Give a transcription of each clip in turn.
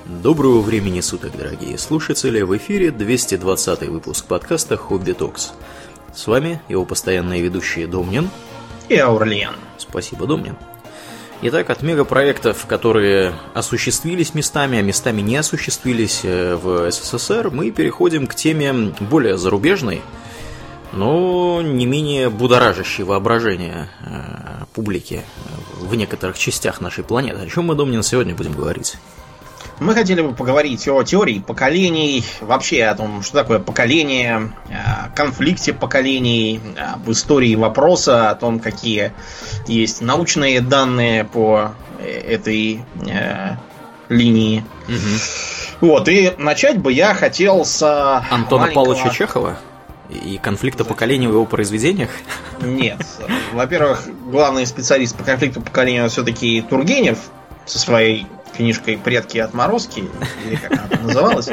Доброго времени суток, дорогие слушатели! В эфире 220 выпуск подкаста «Хобби Токс». С вами его постоянные ведущие Домнин и Аурлиен. Спасибо, Домнин. Итак, от мегапроектов, которые осуществились местами, а местами не осуществились в СССР, мы переходим к теме более зарубежной, но не менее будоражащей воображение публики в некоторых частях нашей планеты. О чем мы, Домнин, сегодня будем говорить? Мы хотели бы поговорить о теории поколений, вообще о том, что такое поколение, о конфликте поколений, об истории вопроса, о том, какие есть научные данные по этой линии. Угу. Вот, и начать бы я хотел с Антона Павловича Чехова и конфликта поколений в его произведениях? Нет. Во-первых, главный специалист по конфликту поколений все-таки Тургенев со своей книжкой «Предки и отморозки», или как она там называлась.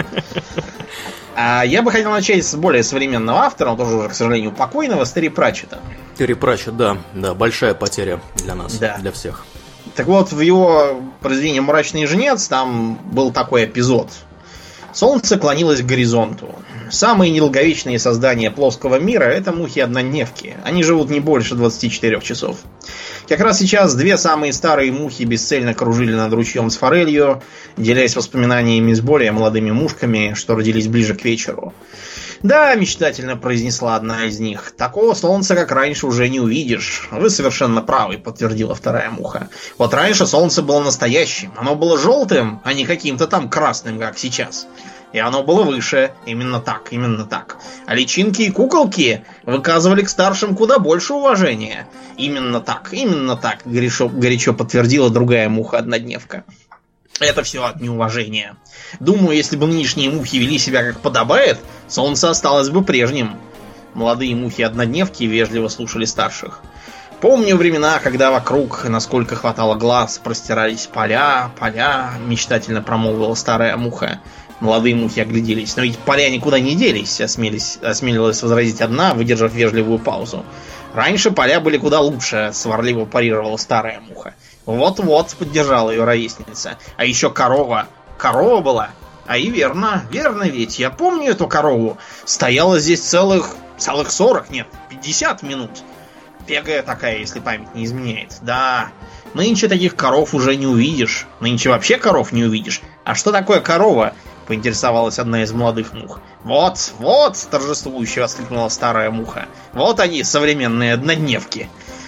А я бы хотел начать с более современного автора, он тоже уже, к сожалению, покойного, Терри Пратчетта. Терри Пратчетт, да, большая потеря для нас, да. Для всех. Так вот, в его произведении «Мрачный жнец» там был такой эпизод. Солнце клонилось к горизонту. Самые недолговечные создания плоского мира — это мухи-однодневки. Они живут не больше 24 часов. Как раз сейчас две самые старые мухи бесцельно кружили над ручьем с форелью, делясь воспоминаниями с более молодыми мушками, что родились ближе к вечеру. «Да», — мечтательно произнесла одна из них, — «такого солнца, как раньше, уже не увидишь». «Вы совершенно правы», — подтвердила вторая муха. «Вот раньше солнце было настоящим. Оно было желтым, а не каким-то там красным, как сейчас. И оно было выше. Именно так, именно так. А личинки и куколки выказывали к старшим куда больше уважения. Именно так, горячо подтвердила другая муха-однодневка. Это все от неуважения. Думаю, если бы нынешние мухи вели себя как подобает, солнце осталось бы прежним». Молодые мухи-однодневки вежливо слушали старших. «Помню времена, когда вокруг, насколько хватало глаз, простирались поля, мечтательно промолвила старая муха. Молодые мухи огляделись. «Но ведь поля никуда не делись», осмелилась возразить одна, выдержав вежливую паузу. «Раньше поля были куда лучше», сварливо парировала старая муха. «Вот-вот», поддержала ее ровесница. «А еще корова. Корова была. А и верно ведь. Я помню эту корову. Стояла здесь целых 40, нет, 50 минут. Пегая такая, если память не изменяет. Да, нынче таких коров уже не увидишь. Нынче вообще коров не увидишь. А что такое корова?» Поинтересовалась одна из молодых мух. Вот, торжествующе воскликнула старая муха. «Вот они, современные однодневки».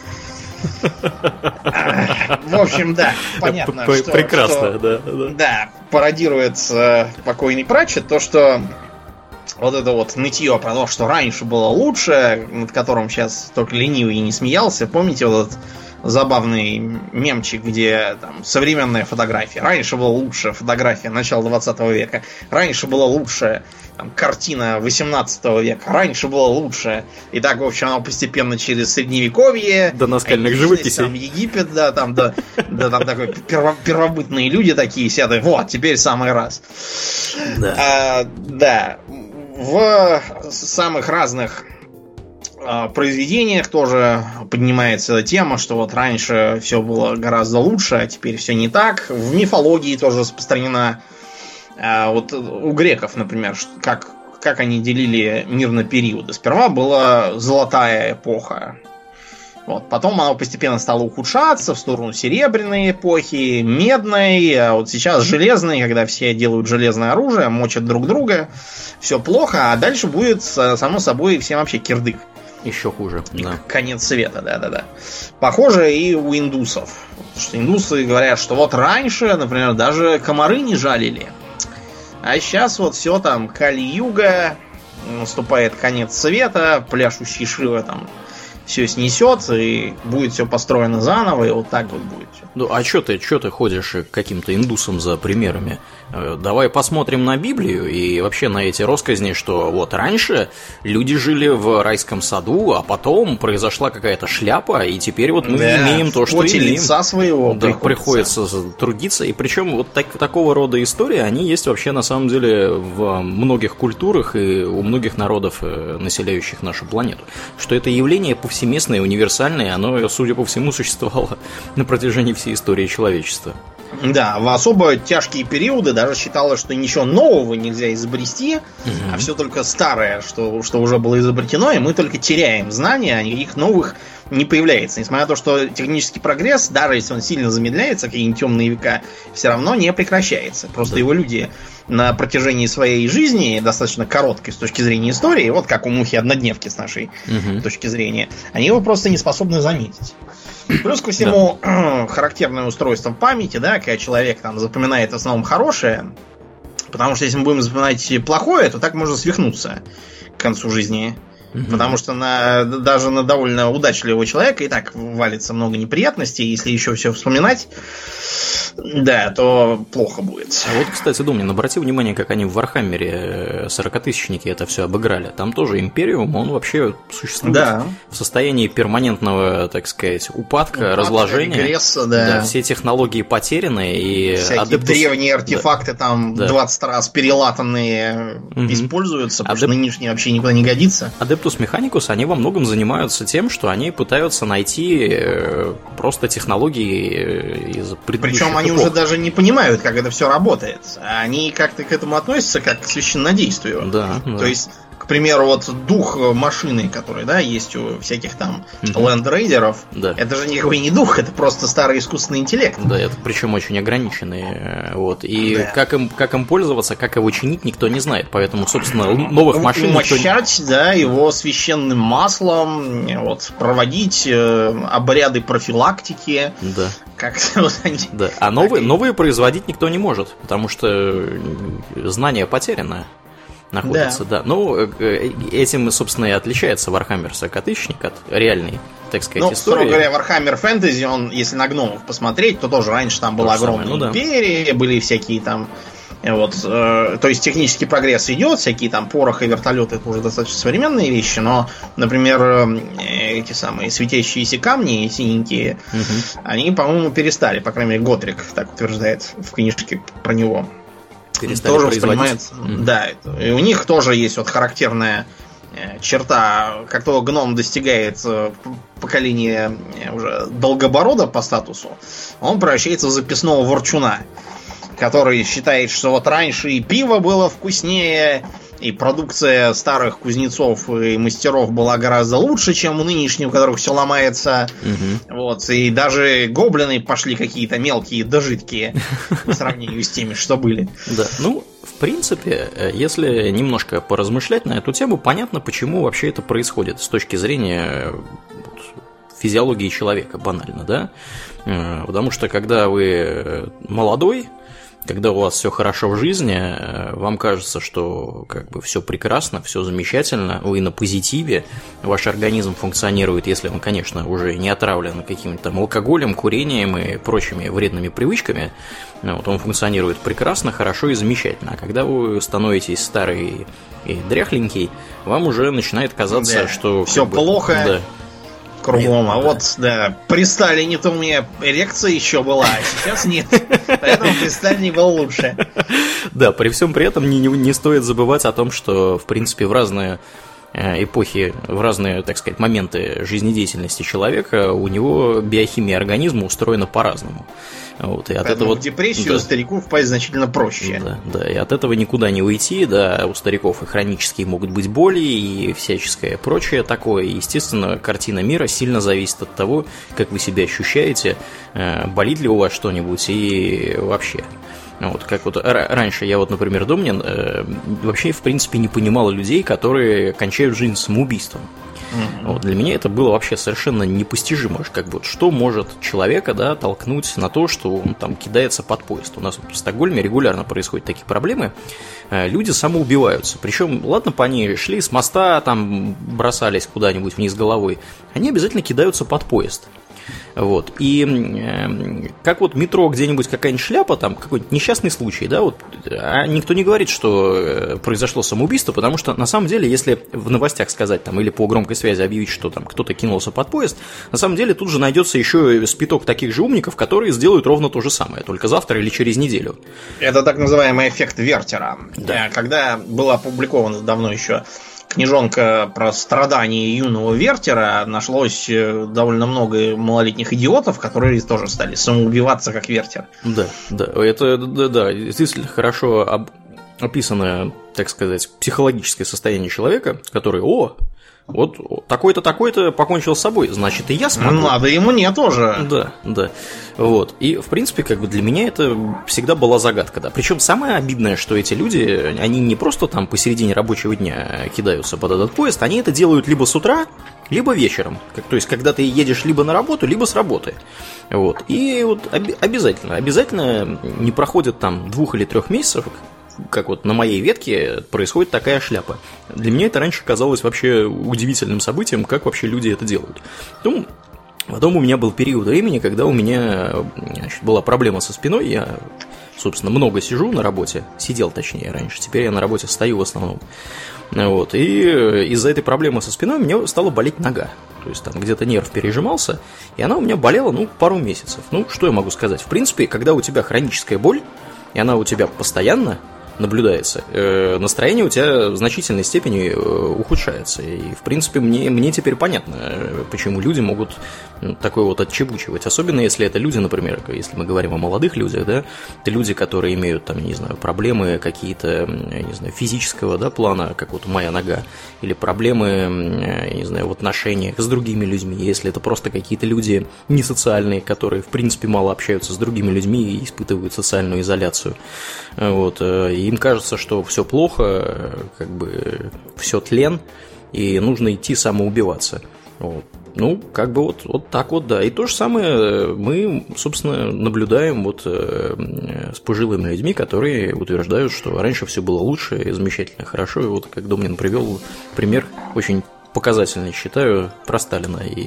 В общем, да, понятно, что... Прекрасно, да. Да, пародирует покойный Пратчетт то, что вот это вот нытье про то, что раньше было лучше, над которым сейчас только ленивый и не смеялся. Помните вот этот забавный мемчик, где там современная фотография? Раньше было лучше фотография начала 20 века. Раньше было лучше там, картина 18 века. Раньше было лучше. И так, в общем, оно постепенно через средневековье. До наскальных живописей. Там Египет, да, там такой первобытные люди такие сидят. Вот, теперь самый раз. Да. Да. В самых разных произведениях тоже поднимается тема, что вот раньше все было гораздо лучше, а теперь все не так. В мифологии тоже распространена. Вот у греков, например, как они делили мир на периоды. Сперва была золотая эпоха. Вот, потом она постепенно стала ухудшаться в сторону серебряной эпохи, медной, а вот сейчас железной, когда все делают железное оружие, мочат друг друга, все плохо, а дальше будет, само собой, всем вообще кирдык. Еще хуже, да. Конец света, да. Похоже и у индусов. Что индусы говорят, что вот раньше, например, даже комары не жалили. А сейчас вот все там Кали-юга, наступает конец света, пляшущий Шива там все снесет, и будет все построено заново, и вот так вот будет все. Ну, а чё ты ходишь к каким-то индусам за примерами? Давай посмотрим на Библию и вообще на эти россказни, что вот раньше люди жили в райском саду, а потом произошла какая-то шляпа, и теперь вот мы имеем то, что имеем. Лица своего приходится трудиться, и причем вот такого рода истории, они есть вообще на самом деле в многих культурах и у многих народов, населяющих нашу планету. Что это явление повсеместное, универсальное, оно, судя по всему, существовало на протяжении всей истории человечества. Да, в особо тяжкие периоды даже считалось, что ничего нового нельзя изобрести, а все только старое, что уже было изобретено, и мы только теряем знания, а никаких новых не появляется. Несмотря на то, что технический прогресс, даже если он сильно замедляется, какие-нибудь темные века, все равно не прекращается. Просто его люди на протяжении своей жизни, достаточно короткой с точки зрения истории, вот как у мухи-однодневки с нашей точки зрения, они его просто не способны заметить. Плюс ко всему, характерное устройство памяти, да, когда человек там запоминает в основном хорошее, потому что если мы будем запоминать плохое, то так можно свихнуться к концу жизни. Потому что даже на довольно удачливого человека и так валится много неприятностей, если еще все вспоминать, да, то плохо будет. А вот, кстати, Домнин, обрати внимание, как они в Вархаммере 40-тысячники это все обыграли. Там тоже Империум, он вообще существует в состоянии перманентного, так сказать, упадка, разложения. Регресса, да. Все технологии потеряны. И всякие древние артефакты там 20 раз перелатанные используются, потому что нынешние вообще никуда не годится. Адептус Механикус, они во многом занимаются тем, что они пытаются найти просто технологии из предыдущих Причем они уже даже не понимают, как это все работает. Они как-то к этому относятся как к священнодействию. Да. То есть, к примеру, вот дух машины, который, да, есть у всяких там лендрейдеров, это же никакой не дух, это просто старый искусственный интеллект. Да, это причем очень ограниченный. Вот. И как им пользоваться, как его чинить, никто не знает. Поэтому, собственно, новых машин умощать, да, его священным маслом, вот, проводить обряды профилактики. Да. Как-то вот они... Да. А новые производить никто не может, потому что знание потеряно находится, да. Ну, этим, собственно, и отличается Warhammer 40-тысячник от реальной, так сказать, истории. Строго говоря, Warhammer Fantasy, он, если на гномов посмотреть, то тоже раньше там была огромная империя, были всякие там, вот, то есть технический прогресс идет, всякие там порох и вертолеты, это уже достаточно современные вещи, но, например, эти самые светящиеся камни синенькие, они, по-моему, перестали, по крайней мере, Готрик так утверждает в книжке про него. Тоже воспринимается. Да, и у них тоже есть вот характерная черта, как только гном достигает поколения уже долгоборода по статусу, он превращается в записного ворчуна, который считает, что вот раньше и пиво было вкуснее, и продукция старых кузнецов и мастеров была гораздо лучше, чем у нынешних, у которых все ломается. Вот, и даже гоблины пошли какие-то мелкие, дожиткие по сравнению с теми, что были. Да, ну, в принципе, если немножко поразмышлять на эту тему, понятно, почему вообще это происходит с точки зрения физиологии человека, банально, да? Потому что когда вы молодой, когда у вас все хорошо в жизни, вам кажется, что как бы все прекрасно, все замечательно, вы на позитиве, ваш организм функционирует, если он, конечно, уже не отравлен каким-то алкоголем, курением и прочими вредными привычками, вот, он функционирует прекрасно, хорошо и замечательно. А когда вы становитесь старый и дряхленький, вам уже начинает казаться, что все плохо. Да. Кругом, вот, да, при Сталине-то у меня эрекция еще была, а сейчас нет. Поэтому при Сталине было лучше. Да, при всем при этом не стоит забывать о том, что, в принципе, в разные эпохи, в разные, так сказать, моменты жизнедеятельности человека у него биохимия организма устроена по-разному. Вот, и от этого в депрессию у стариков впасть значительно проще. Да, и от этого никуда не уйти, да, у стариков и хронические могут быть боли, и всяческое прочее такое. И, естественно, картина мира сильно зависит от того, как вы себя ощущаете, болит ли у вас что-нибудь и вообще. Вот, как вот раньше я вот, например, Домнин вообще, в принципе, не понимал людей, которые кончают жизнь самоубийством. Вот, для меня это было вообще совершенно непостижимо, как бы, что может человека, да, толкнуть на то, что он там кидается под поезд. У нас в Стокгольме регулярно происходят такие проблемы, люди самоубиваются. Причем, ладно бы они шли с моста, там бросались куда-нибудь вниз головой, они обязательно кидаются под поезд. Вот. И как вот метро где-нибудь какая-нибудь шляпа, там какой-нибудь несчастный случай, да, вот, а никто не говорит, что произошло самоубийство, потому что на самом деле, если в новостях сказать там или по громкой связи объявить, что там кто-то кинулся под поезд, на самом деле тут же найдется еще спиток таких же умников, которые сделают ровно то же самое, только завтра или через неделю. Это так называемый эффект Вертера. Да. Когда была опубликована давно еще книжонка про страдания юного Вертера, нашлось довольно много малолетних идиотов, которые тоже стали самоубиваться, как Вертер. Да, это действительно хорошо описанное, так сказать, психологическое состояние человека, который, вот такой-то, такой-то покончил с собой, значит, и я смогу. Надо ему не тоже. Да. Вот. И, в принципе, как бы для меня это всегда была загадка, да. Причем самое обидное, что эти люди, они не просто там посередине рабочего дня кидаются под этот поезд, они это делают либо с утра, либо вечером. То есть, когда ты едешь либо на работу, либо с работы. Вот. И вот обязательно не проходит там 2 или 3 месяцев, как вот на моей ветке происходит такая шляпа. Для меня это раньше казалось вообще удивительным событием, как вообще люди это делают. Потом у меня был период времени, когда у меня была проблема со спиной. Я, собственно, много сижу на работе. Сидел, точнее, раньше. Теперь я на работе стою в основном. Вот. И из-за этой проблемы со спиной мне стала болеть нога. То есть там где-то нерв пережимался, и она у меня болела, пару месяцев. Что я могу сказать? В принципе, когда у тебя хроническая боль, и она у тебя постоянно наблюдается, настроение у тебя в значительной степени ухудшается. И, в принципе, мне теперь понятно, почему люди могут такое вот отчебучивать. Особенно, если это люди, например, если мы говорим о молодых людях, да, это люди, которые имеют, там, не знаю, проблемы какие-то, я не знаю, физического, да, плана, как вот моя нога, или проблемы, я не знаю, в отношениях с другими людьми. Если это просто какие-то люди несоциальные, которые, в принципе, мало общаются с другими людьми и испытывают социальную изоляцию. Вот, и им кажется, что все плохо, как бы все тлен, и нужно идти самоубиваться. Вот. Как бы вот так вот, да. И то же самое мы, собственно, наблюдаем вот с пожилыми людьми, которые утверждают, что раньше все было лучше, и замечательно, хорошо. И вот как Домнин привел пример очень показательный, считаю, про Сталина и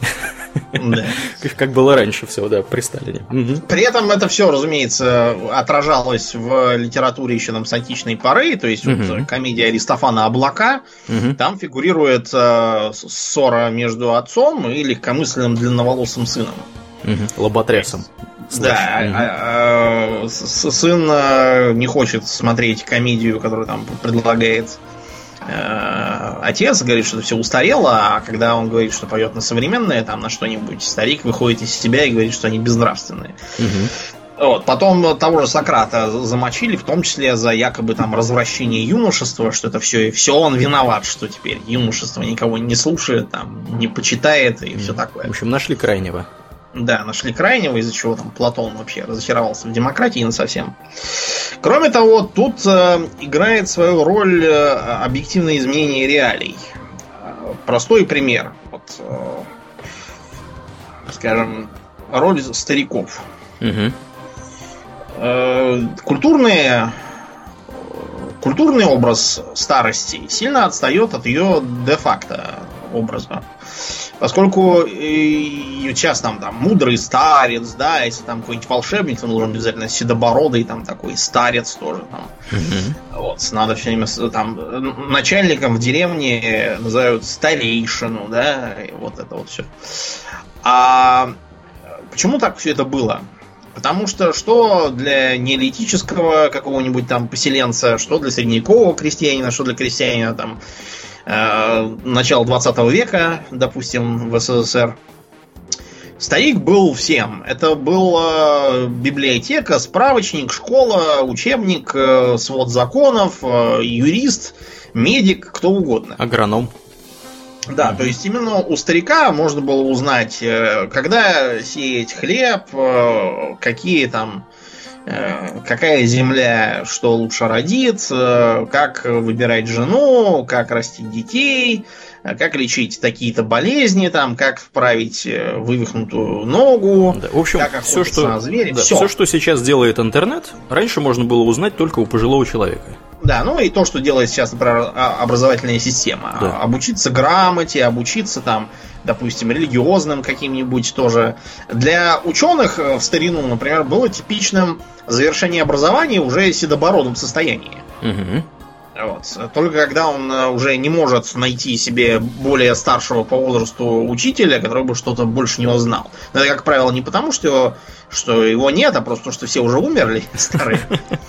да. Как было раньше все, да, при Сталине. Угу. При этом это все, разумеется, отражалось в литературе еще там с античной поры, то есть вот комедия Аристофана «Облака», там фигурирует ссора между отцом и легкомысленным длинноволосым сыном. Лоботрясом. Да, сын не хочет смотреть комедию, которую там предлагает отец, говорит, что это все устарело, а когда он говорит, что поет на современное, там на что-нибудь, старик выходит из себя и говорит, что они безнравственные. Вот. Потом того же Сократа замочили, в том числе за якобы там развращение юношества, что это все он виноват, что теперь юношество никого не слушает, там, не почитает и все такое. В общем, нашли крайнего. Да, нашли крайнего, из-за чего там Платон вообще разочаровался в демократии насовсем. Кроме того, тут играет свою роль объективное изменение реалий. Простой пример. Вот, скажем, роль стариков. Культурный образ старости сильно отстает от ее де-факто образа. Поскольку сейчас там мудрый старец, да, если там какой-нибудь волшебник, то нужен обязательно седобородый, там такой старец тоже там. Вот, надо все время там начальником в деревне называют старейшину, да, и вот это вот все. А почему так все это было? Потому что для неолитического какого-нибудь там поселенца, что для средневекового крестьянина, что для крестьянина там начала 20 века, допустим, в СССР, старик был всем. Это была библиотека, справочник, школа, учебник, свод законов, юрист, медик, кто угодно. Агроном. Да, то есть именно у старика можно было узнать, когда сеять хлеб, какие там, какая земля что лучше родит, как выбирать жену, как растить детей, как лечить такие-то болезни, там, как вправить вывихнутую ногу, да, в общем, как охотиться на зверя. Да, все, что сейчас делает интернет, раньше можно было узнать только у пожилого человека. Да, ну и то, что делает сейчас, например, образовательная система. Да. Обучиться грамоте, обучиться там, допустим, религиозным каким-нибудь тоже. Для ученых в старину, например, было типичным завершение образования уже в седобородом состоянии. Вот. Только когда он уже не может найти себе более старшего по возрасту учителя, который бы что-то больше него знал. Но это, как правило, не потому, что его нет, а просто что все уже умерли, старые.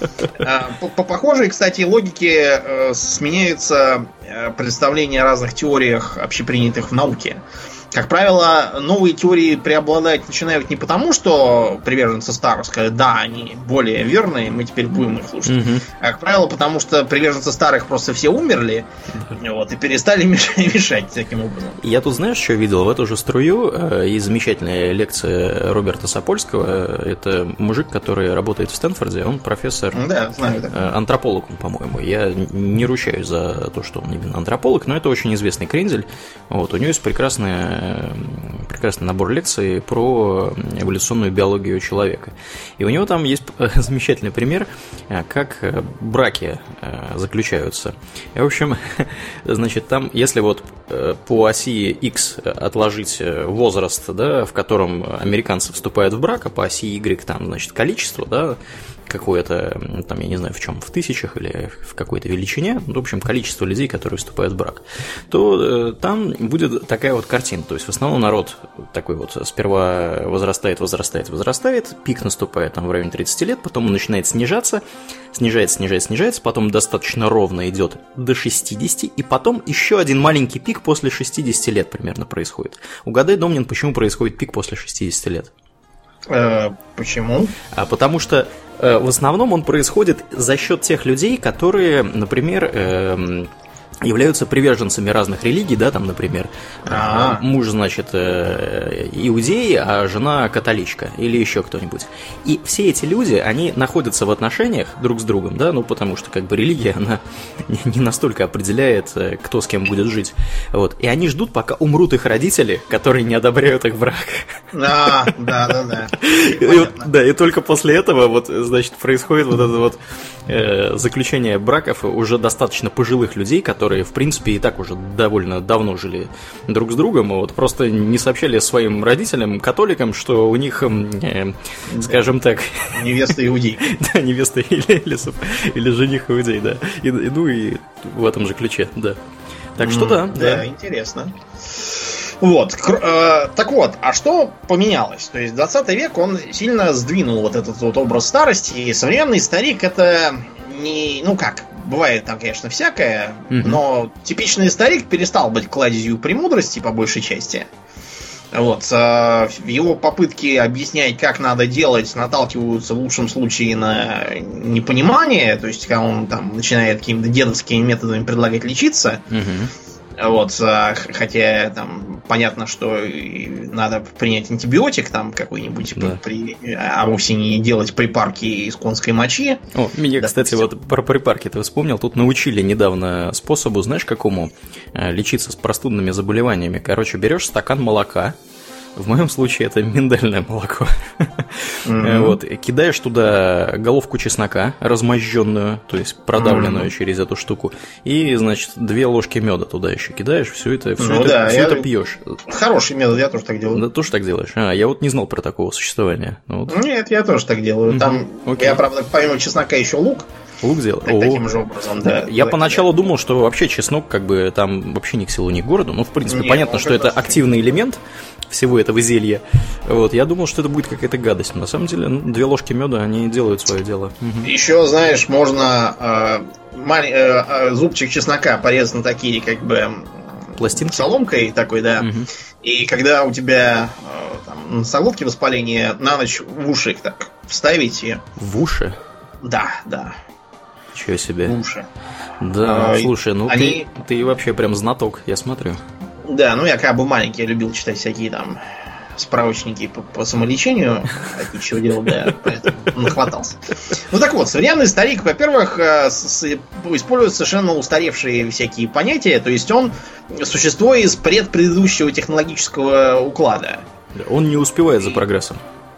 По похожей, кстати, логике сменяются представления о разных теориях, общепринятых в науке. Как правило, новые теории преобладать начинают не потому, что приверженцы старых сказали, да, они более верные, мы теперь будем их слушать. А, как правило, потому что приверженцы старых просто все умерли, вот, и перестали мешать таким образом. Я тут, знаешь, что видел? В эту же струю есть замечательная лекция Роберта Сапольского. Это мужик, который работает в Стэнфорде, он профессор, да, знаю, антрополог, по-моему. Я не ручаюсь за то, что он именно антрополог, но это очень известный крендель. Вот, у него есть прекрасный набор лекций про эволюционную биологию человека. И у него там есть замечательный пример, как браки заключаются. И, в общем, значит, там, если вот по оси X отложить возраст, да, в котором американцы вступают в брак, а по оси Y там, значит, количество, да, какое-то, там, я не знаю, в чем, в тысячах или в какой-то величине, в общем, количество людей, которые вступают в брак, то там будет такая вот картина. То есть, в основном народ такой вот сперва возрастает, пик наступает там в районе 30 лет, потом он начинает снижаться, снижается, потом достаточно ровно идет до 60, и потом еще один маленький пик после 60 лет примерно происходит. Угадай, Домнин, почему происходит пик после 60 лет? Почему? Потому что в основном он происходит за счет тех людей, которые, например, являются приверженцами разных религий, да, там, например, муж, значит, иудей, а жена католичка или еще кто-нибудь. И все эти люди, они находятся в отношениях друг с другом, да, ну, потому что, как бы, религия, она не настолько определяет, кто с кем будет жить, вот, и они ждут, пока умрут их родители, которые не одобряют их брак. Да. Да, и только после этого, вот, значит, происходит вот это вот заключение браков уже достаточно пожилых людей, которые, в принципе, и так уже довольно давно жили друг с другом, вот просто не сообщали своим родителям, католикам, что у них, скажем так... Невеста иудей. Да, невеста или жених иудей, да. Ну и в этом же ключе, да. Так что да. Да, интересно. Вот, так вот, а что поменялось? То есть 20 век, он сильно сдвинул вот этот вот образ старости, и современный старик это не, ну как, бывает там, конечно, всякое, но типичный старик перестал быть кладезью премудрости по большей части. Вот, его попытки объяснять, как надо делать, наталкиваются в лучшем случае на непонимание, то есть когда он там начинает какими-то дедовскими методами предлагать лечиться. Вот, хотя там понятно, что надо принять антибиотик там какой-нибудь, да, а вовсе не делать припарки из конской мочи. О, меня, да, кстати, вот про припарки ты вспомнил. Тут научили недавно способу, знаешь, какому лечиться с простудными заболеваниями. Короче, берешь стакан молока. В моем случае это миндальное молоко. Вот, кидаешь туда головку чеснока, размозженную, то есть продавленную через эту штуку, и, значит, 2 ложки меда туда еще кидаешь, все это пьешь. Хороший метод, я тоже так делаю. Да, тоже так делаешь? Я вот не знал про такого существования. Вот. Нет, я тоже так делаю. Там, я, правда, помимо чеснока еще лук. Лук делал? Таким же образом, да. Я поначалу думал, что вообще чеснок, как бы, там вообще ни к селу, ни к городу. Ну, в принципе, понятно, что это активный элемент всего этого зелья. Вот, я думал, что это будет какая-то гадость. Но на самом деле, 2 ложки меда, они делают свое дело. Еще, знаешь, можно зубчик чеснока порезать на такие, как бы, пластинки? Соломкой такой, да. И когда у тебя там, на солодке воспаление, на ночь в уши их так вставить. В уши? Да. Чего себе. В уши. Да, слушай, ну ты вообще прям знаток, я смотрю. Да, ну я как бы маленький, я любил читать всякие там справочники по самолечению, такие чего делал, да, поэтому нахватался. Ну так вот, современный старик, во-первых, использует совершенно устаревшие всякие понятия, то есть он существо из предыдущего технологического уклада. Он не успевает за прогрессом.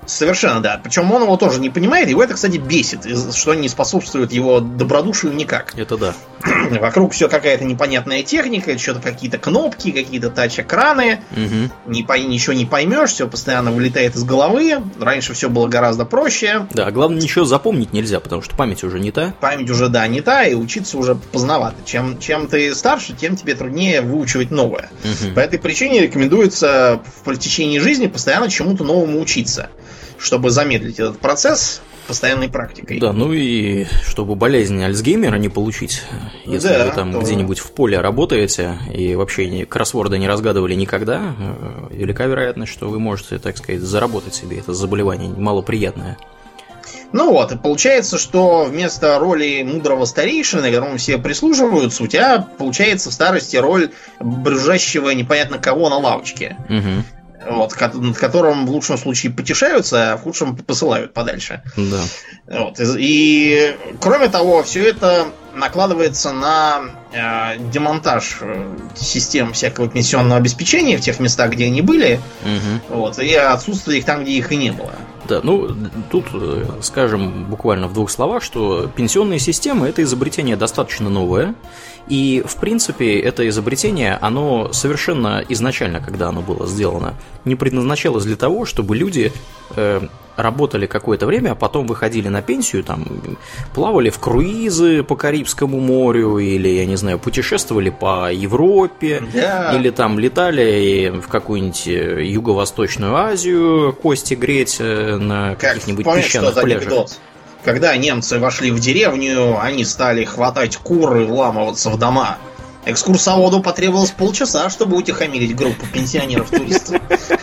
Совершенно, да. Причем он его тоже не понимает, его это, кстати, бесит, что не способствует его добродушию никак. Это да. Вокруг все какая-то непонятная техника, что-то какие-то кнопки, какие-то тач-экраны. Ничего не поймешь, все постоянно вылетает из головы. Раньше все было гораздо проще. Да, главное, ничего запомнить нельзя, потому что память уже не та. Память уже, да, не та, и учиться уже поздновато. Чем ты старше, тем тебе труднее выучивать новое. По этой причине рекомендуется в течение жизни постоянно чему-то новому учиться, чтобы замедлить этот процесс постоянной практикой. Да, ну и чтобы болезнь Альцгеймера не получить, если вы там где-нибудь в поле работаете и вообще кроссворды не разгадывали никогда, велика вероятность, что вы можете, так сказать, заработать себе это заболевание малоприятное. Ну вот, и получается, что вместо роли мудрого старейшины, которому все прислуживаются, у тебя получается в старости роль брюзжащего непонятно кого на лавочке. Вот, над которым в лучшем случае потешаются, а в худшем посылают подальше. Да. Вот, и кроме того, все это накладывается на демонтаж систем всякого пенсионного обеспечения в тех местах, где они были, вот, и отсутствие их там, где их и не было. Да, ну, тут скажем буквально в двух словах, что пенсионные системы – это изобретение достаточно новое, и, в принципе, это изобретение, оно совершенно изначально, когда оно было сделано, не предназначалось для того, чтобы люди работали какое-то время, а потом выходили на пенсию, там, плавали в круизы по Карибскому морю, или, я не знаю, путешествовали по Европе, или там летали в какую-нибудь Юго-Восточную Азию кости греть на каких-нибудь песчаных пляжах. Анекдот? Когда немцы вошли в деревню, они стали хватать кур и вламываться в дома. Экскурсоводу потребовалось полчаса, чтобы утихомирить группу пенсионеров-туристов.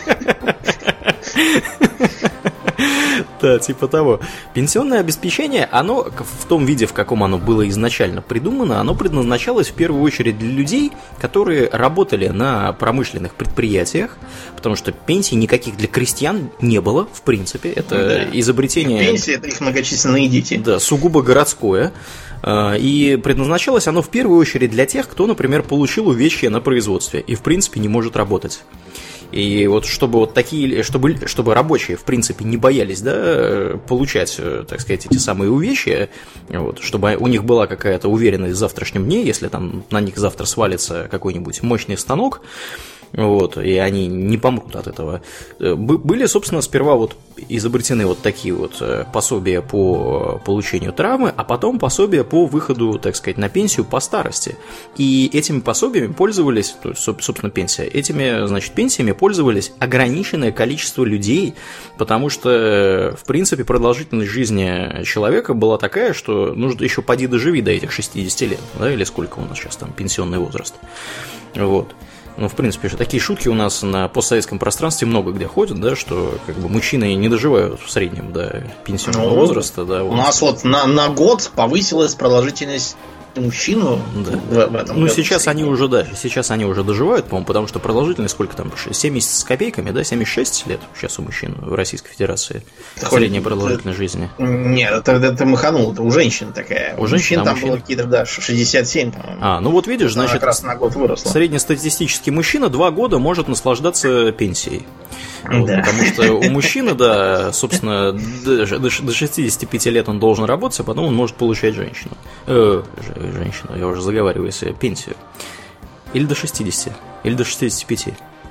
Да, типа того. Пенсионное обеспечение, оно в том виде, в каком оно было изначально придумано, оно предназначалось в первую очередь для людей, которые работали на промышленных предприятиях, потому что пенсий никаких для крестьян не было, в принципе. Это изобретение... Пенсии – это их многочисленные дети. Да, сугубо городское. И предназначалось оно в первую очередь для тех, кто, например, получил увечья на производстве и, в принципе, не может работать. И вот чтобы вот такие, чтобы рабочие, в принципе, не боялись, да, получать, так сказать, эти самые увечья, вот, чтобы у них была какая-то уверенность в завтрашнем дне, если там на них завтра свалится какой-нибудь мощный станок, вот, и они не помрут от этого. Были, собственно, сперва вот изобретены вот такие вот пособия по получению травмы, а потом пособия по выходу, так сказать, на пенсию по старости. И этими пособиями пользовались, то есть, собственно, пенсия, этими, значит, пенсиями пользовались ограниченное количество людей, потому что, в принципе, продолжительность жизни человека была такая, что нужно еще поди доживи до этих 60 лет, да, или сколько у нас сейчас там пенсионный возраст. Вот. Ну, в принципе, такие шутки у нас на постсоветском пространстве много где ходят, да, что как бы мужчины не доживают в среднем до пенсионного возраста. Да, вот. У нас вот на год повысилась продолжительность мужчину. Да. В этом году. Сейчас они уже, да, сейчас они уже доживают, по-моему, потому что продолжительность сколько там, 70 с копейками, да, 76 лет сейчас у мужчин в Российской Федерации. Средняя продолжительность жизни. Нет, это маханул, это у женщин такая. У мужчин там было какие-то, да, 67, по-моему. Ну вот видишь, значит, как раз на год выросла. Среднестатистический мужчина 2 года может наслаждаться пенсией. Вот, да. Потому что у мужчины, да, собственно, до 65 лет он должен работать, а потом он может получать женщину, я уже заговариваюсь, пенсию. Или до 60, или до 65.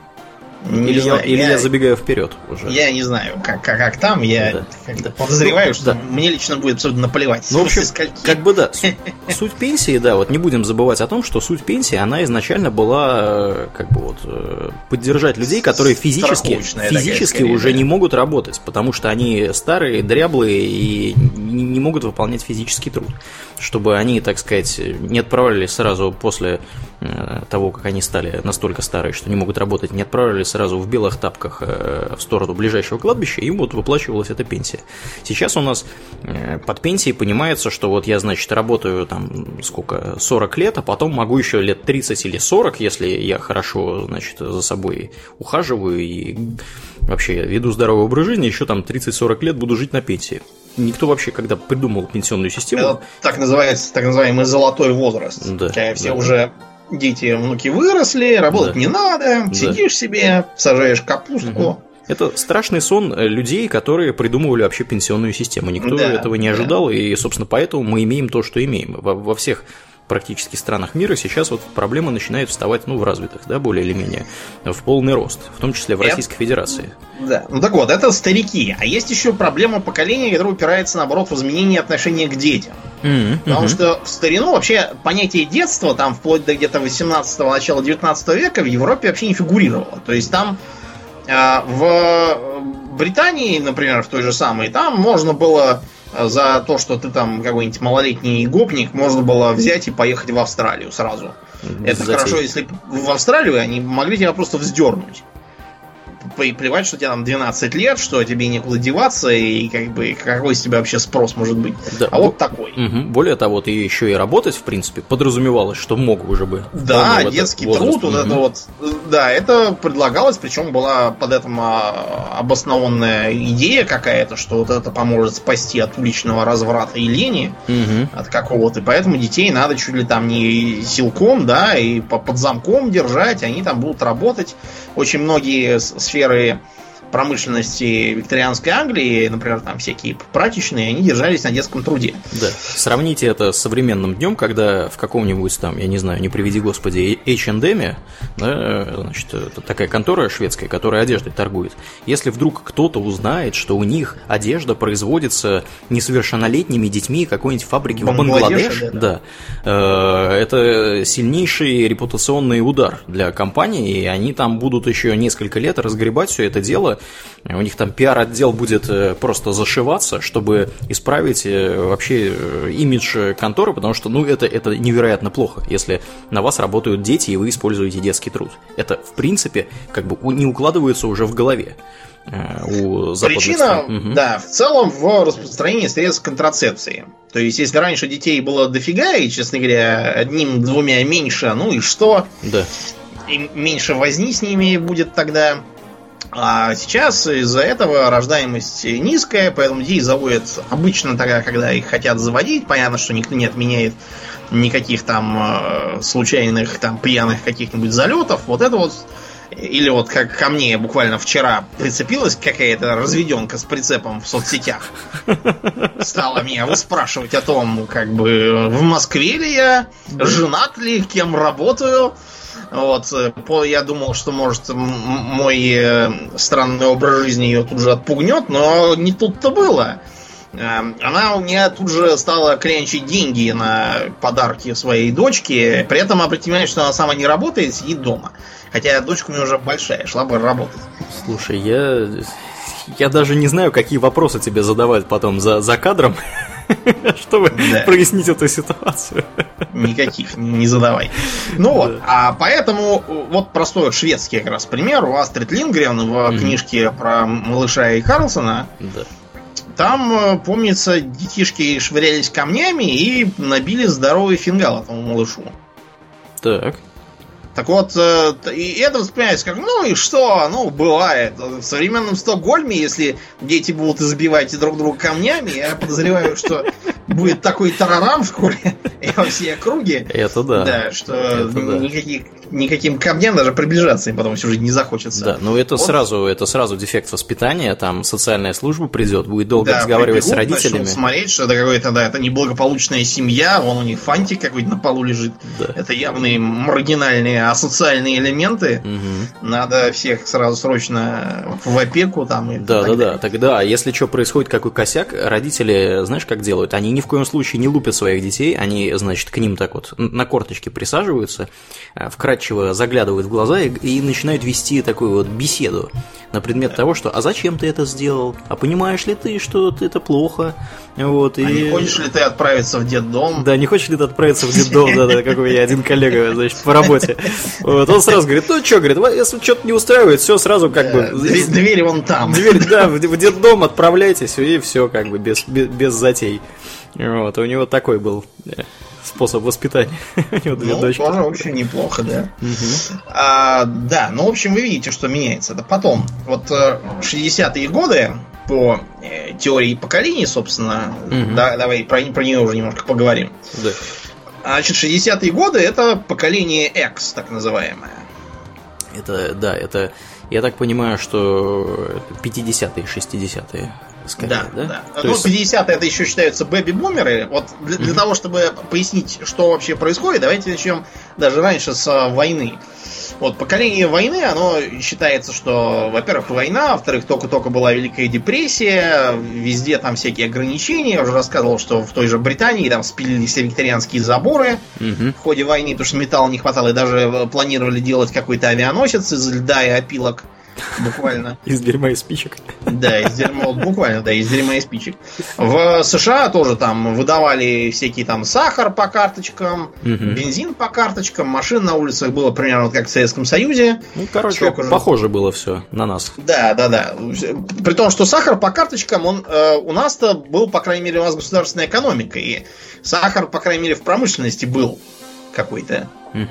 Я забегаю вперед уже. Я не знаю, как там, я подозреваю, что мне лично будет абсолютно наплевать. Ну, в общем, как бы да, суть пенсии, да, вот не будем забывать о том, что суть пенсии, она изначально как бы вот поддержать людей, которые физически уже не могут работать, потому что они старые, дряблые и не могут выполнять физический труд, чтобы они, так сказать, не отправлялись сразу после того, как они стали настолько старые, что не могут работать, не отправлялись сразу в белых тапках в сторону ближайшего кладбища, им вот выплачивалась эта пенсия. Сейчас у нас под пенсией понимается, что вот я, значит, работаю там сколько, 40 лет, а потом могу еще лет 30 или 40, если я хорошо, значит, за собой ухаживаю и вообще веду здоровый образ жизни, еще там 30-40 лет буду жить на пенсии. Никто вообще, когда придумал пенсионную систему... Это так называемый золотой возраст. Да, все уже... Дети, внуки выросли, работать не надо, сидишь себе, сажаешь капустку, Это страшный сон людей, которые придумывали вообще пенсионную систему. Никто этого не ожидал, и, собственно, поэтому мы имеем то, что имеем. Во всех практически странах мира сейчас вот проблема начинает вставать, в развитых, да, более или менее, в полный рост, в том числе в Российской Федерации. Да, так вот, это старики. А есть еще проблема поколения, которая упирается, наоборот, в изменение отношения к детям. Потому что в старину вообще понятие детства, там, вплоть до где-то 18-го, начала 19 века в Европе вообще не фигурировало. То есть там в Британии, например, в той же самой, там можно было за то, что ты там какой-нибудь малолетний гопник, можно было взять и поехать в Австралию сразу. Это хорошо, если в Австралию они могли тебя просто вздернуть. Плевать, что тебе там 12 лет, что тебе некуда деваться, и какой с тебя вообще спрос может быть. Да. А вот такой. Более того, ты еще и работать, в принципе, подразумевалось, что мог уже бы. Да, детский труд, вот это вот. Да, это предлагалось, причем была под этим обоснованная идея какая-то, что вот это поможет спасти от уличного разврата и лени, от какого-то. И поэтому детей надо чуть ли там не силком, да, и под замком держать, они там будут работать. Очень многие сферы промышленности викторианской Англии, например, там всякие прачечные, они держались на детском труде. Да. Сравните это с современным днем, когда в каком-нибудь там, я не знаю, не приведи господи, H&M, да, значит, это такая контора шведская, которая одеждой торгует. Если вдруг кто-то узнает, что у них одежда производится несовершеннолетними детьми какой-нибудь фабрики в Бангладеше, да, это сильнейший репутационный удар для компании, и они там будут еще несколько лет разгребать все это дело. У них там пиар-отдел будет просто зашиваться, чтобы исправить вообще имидж конторы, потому что, это невероятно плохо, если на вас работают дети, и вы используете детский труд. Это, в принципе, не укладывается уже в голове. Причина, да, в целом в распространении средств контрацепции. То есть, если раньше детей было дофига, и, честно говоря, одним-двумя меньше, и что? Да. И меньше возни с ними будет тогда. А сейчас из-за этого рождаемость низкая, поэтому детей заводят обычно тогда, когда их хотят заводить. Понятно, что никто не отменяет никаких там случайных там пьяных каких-нибудь залетов. Вот это вот. Или вот как ко мне буквально вчера прицепилась какая-то разведенка с прицепом в соцсетях. Стала меня выспрашивать о том, в Москве ли я, женат ли, кем работаю. Вот, я думал, что, может, мой странный образ жизни ее тут же отпугнет, но не тут-то было. Она у меня тут же стала клянчить деньги на подарки своей дочке, при этом обратите внимание, что она сама не работает, сидит дома. Хотя дочка у меня уже большая, шла бы работать. Слушай, я даже не знаю, какие вопросы тебе задавать потом за кадром, чтобы прояснить эту ситуацию. Никаких, не задавай. Вот, а поэтому вот простой шведский как раз пример. У Астрид Линдгрен в книжке про малыша и Карлсона, там, помнится, детишки швырялись камнями и набили здоровый фингал этому малышу. Так вот, и это воспринимается как, и что, бывает. В современном Стокгольме, если дети будут избивать друг друга камнями, я подозреваю, что будет такой тарарам в школе и во всей округе. Это да. Да, что никаким камням даже приближаться им потом всю жизнь не захочется. Да, это сразу дефект воспитания, там социальная служба придет, будет долго разговаривать с родителями. Смотреть, что это какой-то, это неблагополучная семья, вон у них фантик какой-то на полу лежит. Да. Это явные маргинальные асоциальные элементы. Надо всех сразу срочно в опеку там. Да. Тогда, если что происходит, какой косяк, родители, знаешь, как делают? Они ни в коем случае не лупят своих детей, они, значит, к ним так вот на корточки присаживаются, вкратчиво заглядывают в глаза и начинают вести такую вот беседу на предмет того, что «а зачем ты это сделал? А понимаешь ли ты, что это плохо?» Вот, не хочешь ли ты отправиться в детдом? Да, не хочешь ли ты отправиться в детдом, как у меня один коллега, значит, по работе. Вот, он сразу говорит, говорит, если что-то не устраивает, все сразу Дверь вон там. Дверь, да, в детдом отправляйтесь, и все без затей. Вот, у него такой был способ воспитания. У него две дочки. Тоже очень неплохо, да. В общем, вы видите, что меняется. Это потом. Вот 60-е годы, по теории поколений, собственно, давай про нее уже немножко поговорим. Да. Значит, 60-е годы это поколение X, так называемое. Это Я так понимаю, что 50-е, 60-е. Скорее, да? То Ну, есть... 50-е это еще считаются бэби-бумеры. Вот для того, чтобы пояснить, что вообще происходит, давайте начнем даже раньше с войны. Вот поколение войны, оно считается, что, во-первых, война, во-вторых, только-только была Великая депрессия, везде там всякие ограничения. Я уже рассказывал, что в той же Британии там спилили все викторианские заборы в ходе войны, потому что металла не хватало, и даже планировали делать какой-то авианосец из льда и опилок. Буквально. Из дерьма и спичек. Да, из дерьма, вот буквально, да, из дерьма и спичек. В США тоже там выдавали всякий там сахар по карточкам, бензин по карточкам, машин на улицах было примерно вот как в Советском Союзе. Ну, короче, похоже было все на нас. Да. При том, что сахар по карточкам, он у нас-то был, по крайней мере, у нас государственная экономика, и сахар, по крайней мере, в промышленности был какой-то.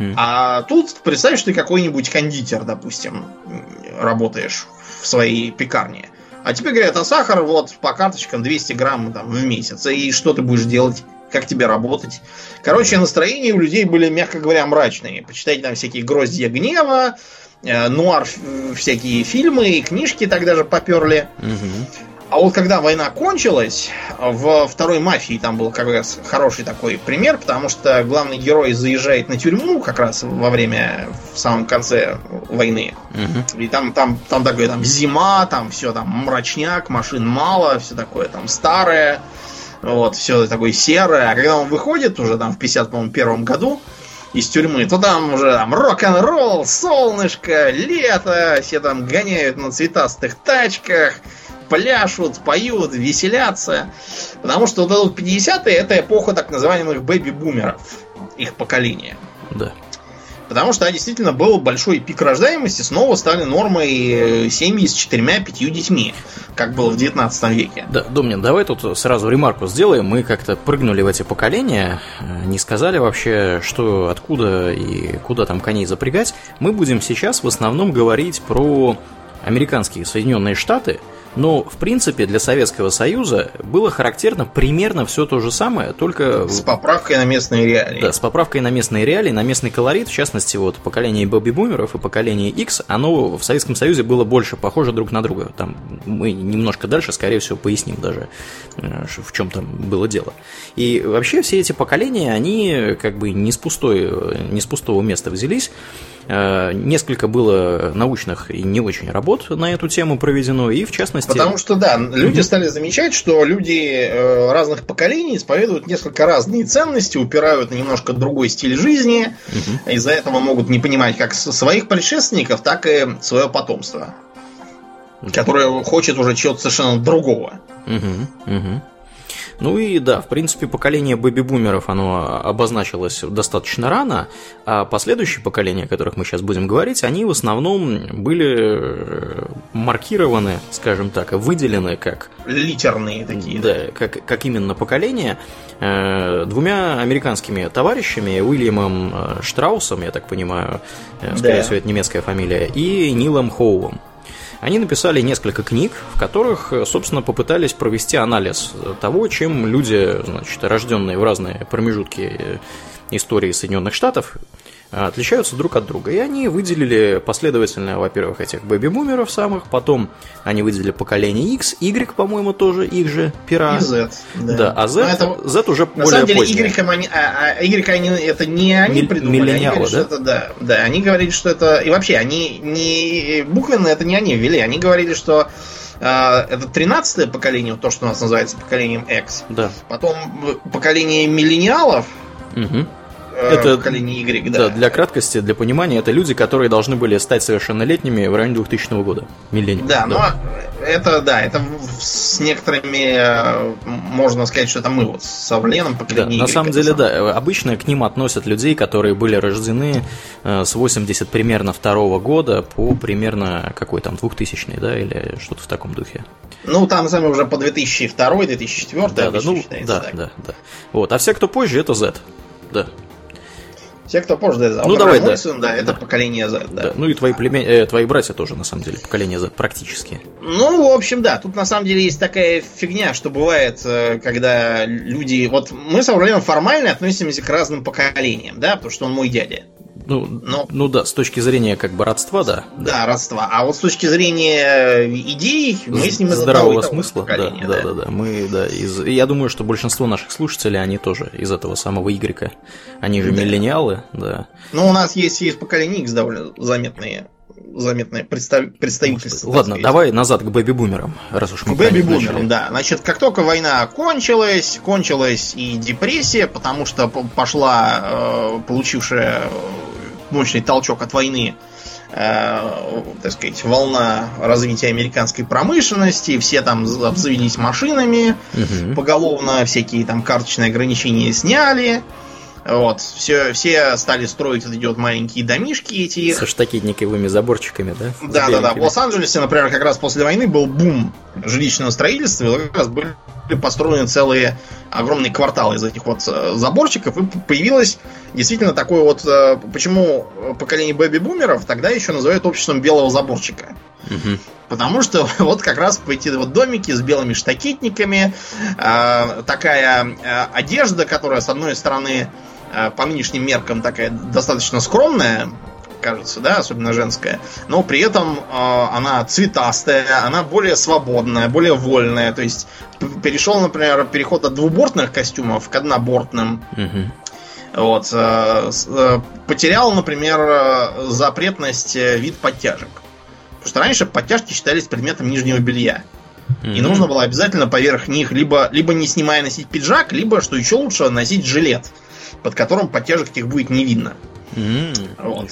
А тут представь, что ты какой-нибудь кондитер, допустим, работаешь в своей пекарне. А тебе говорят, а сахар вот по карточкам 200 грамм там, в месяц. И что ты будешь делать? Как тебе работать? Короче, настроения у людей были, мягко говоря, мрачные. Почитайте там всякие «Гроздья гнева», нуар, всякие фильмы и книжки тогда же поперли. А вот когда война кончилась, в второй «Мафии» там был как раз хороший такой пример, потому что главный герой заезжает на тюрьму как раз во время, в самом конце войны. И там такое, там зима, там все там мрачняк, машин мало, все такое там старое, вот, все такое серое. А когда он выходит уже там в 51 году из тюрьмы, то там уже там рок-н-ролл, солнышко, лето, все там гоняют на цветастых тачках, пляшут, поют, веселятся. Потому что вот 50-е это эпоха так называемых бэби-бумеров, их поколения. Да. Потому что действительно был большой пик рождаемости, снова стали нормой семьи с 4-5 детьми, как было в 19 веке. Да, Домнин, давай тут сразу ремарку сделаем. Мы как-то прыгнули в эти поколения, не сказали вообще, что, откуда и куда там коней запрягать. Мы будем сейчас в основном говорить про американские Соединенные Штаты. Но, в принципе, для Советского Союза было характерно примерно все то же самое, только... С поправкой на местные реалии. Да, с поправкой на местные реалии, на местный колорит. В частности, вот поколение бэби-бумеров и поколение X, оно в Советском Союзе было больше похоже друг на друга. Там мы немножко дальше, скорее всего, поясним даже, в чем там было дело. И вообще все эти поколения, они как бы не с пустого места взялись. Несколько было научных и не очень работ на эту тему проведено, и в частности... Потому что, да, люди стали замечать, что люди разных поколений исповедуют несколько разные ценности, упирают на немножко другой стиль жизни, из-за этого могут не понимать как своих предшественников, так и свое потомство, которое хочет уже чего-то совершенно другого. Ну и да, в принципе, поколение бэби-бумеров, оно обозначилось достаточно рано, а последующие поколения, о которых мы сейчас будем говорить, они в основном были маркированы, скажем так, выделены как... Литерные такие. Да, как именно поколение двумя американскими товарищами, Уильямом Штраусом, я так понимаю, скорее всего, это немецкая фамилия, и Нилом Хоувом. Они написали несколько книг, в которых, собственно, попытались провести анализ того, чем люди, значит, рожденные в разные промежутки истории Соединенных Штатов, отличаются друг от друга. И они выделили последовательно, во-первых, этих бэби-бумеров самых, потом они выделили поколение X, Y, по-моему, тоже их же пера. И Z. Да, а Z, Z уже на более самом деле, позднее. Y это не они придумали. Миллениалы, они говорили, да? Да, они говорили, что это... И вообще, они не... Буквенно это не они ввели. Они говорили, что это 13-е поколение, то, что у нас называется поколением X. Да. Потом поколение миллениалов. Это поколение Y, да, для краткости, для понимания, это люди, которые должны были стать совершеннолетними в районе 2000 года. Миллениум. Да, но это с некоторыми можно сказать, что это мы вот с Орленом поколение да, Y. На самом деле, да, обычно к ним относят людей, которые были рождены с 80 примерно 2 года по примерно какой там 2000, да, или что-то в таком духе. Ну, там сами уже по 2002, 2004, да, да, считается так. Да. Вот, а все, кто позже, это Z. Да. Те, кто позже, да, давай, Мойсон, да, это поколение Z, да. Ну и твои братья тоже, на самом деле, поколение Z практически. Ну, в общем, да, тут на самом деле есть такая фигня, что бывает, когда люди... Вот мы с Аурлином формально относимся к разным поколениям, да, потому что он мой дядя. Ну да, с точки зрения как бы родства, да. Да, родства. А вот с точки зрения идей, мы с ним из здравого смысла, да. Я думаю, что большинство наших слушателей, они тоже из этого самого Y. Они же миллениалы, да. Ну, у нас есть поколение X довольно заметное представительство. Ладно, давай назад к бэби-бумерам, раз уж мы к бэби-бумерам, да. Значит, как только война кончилась и депрессия, потому что пошла получившая мощный толчок от войны, так сказать, волна развития американской промышленности, все там обзавелись машинами, поголовно всякие там карточные ограничения сняли. Вот, все стали строить вот эти вот маленькие домишки эти. Со штакетниковыми заборчиками, да? Да. В Лос-Анджелесе, например, как раз после войны был бум жилищного строительства, и как раз были построены целые огромные кварталы из этих вот заборчиков, и появилось действительно такое вот... Почему поколение бэби-бумеров тогда еще называют обществом белого заборчика? Потому что вот как раз эти вот домики с белыми штакетниками, такая одежда, которая, с одной стороны, по нынешним меркам такая достаточно скромная, кажется, да, особенно женская, но при этом она цветастая, она более свободная, более вольная. То есть перешел, например, переход от двубортных костюмов к однобортным. Вот. Потерял, например, запретность вид подтяжек. Потому что раньше подтяжки считались предметом нижнего белья. И нужно было обязательно поверх них либо не снимая носить пиджак, либо, что еще лучше, носить жилет, под которым подтяжек этих будет не видно. Вот.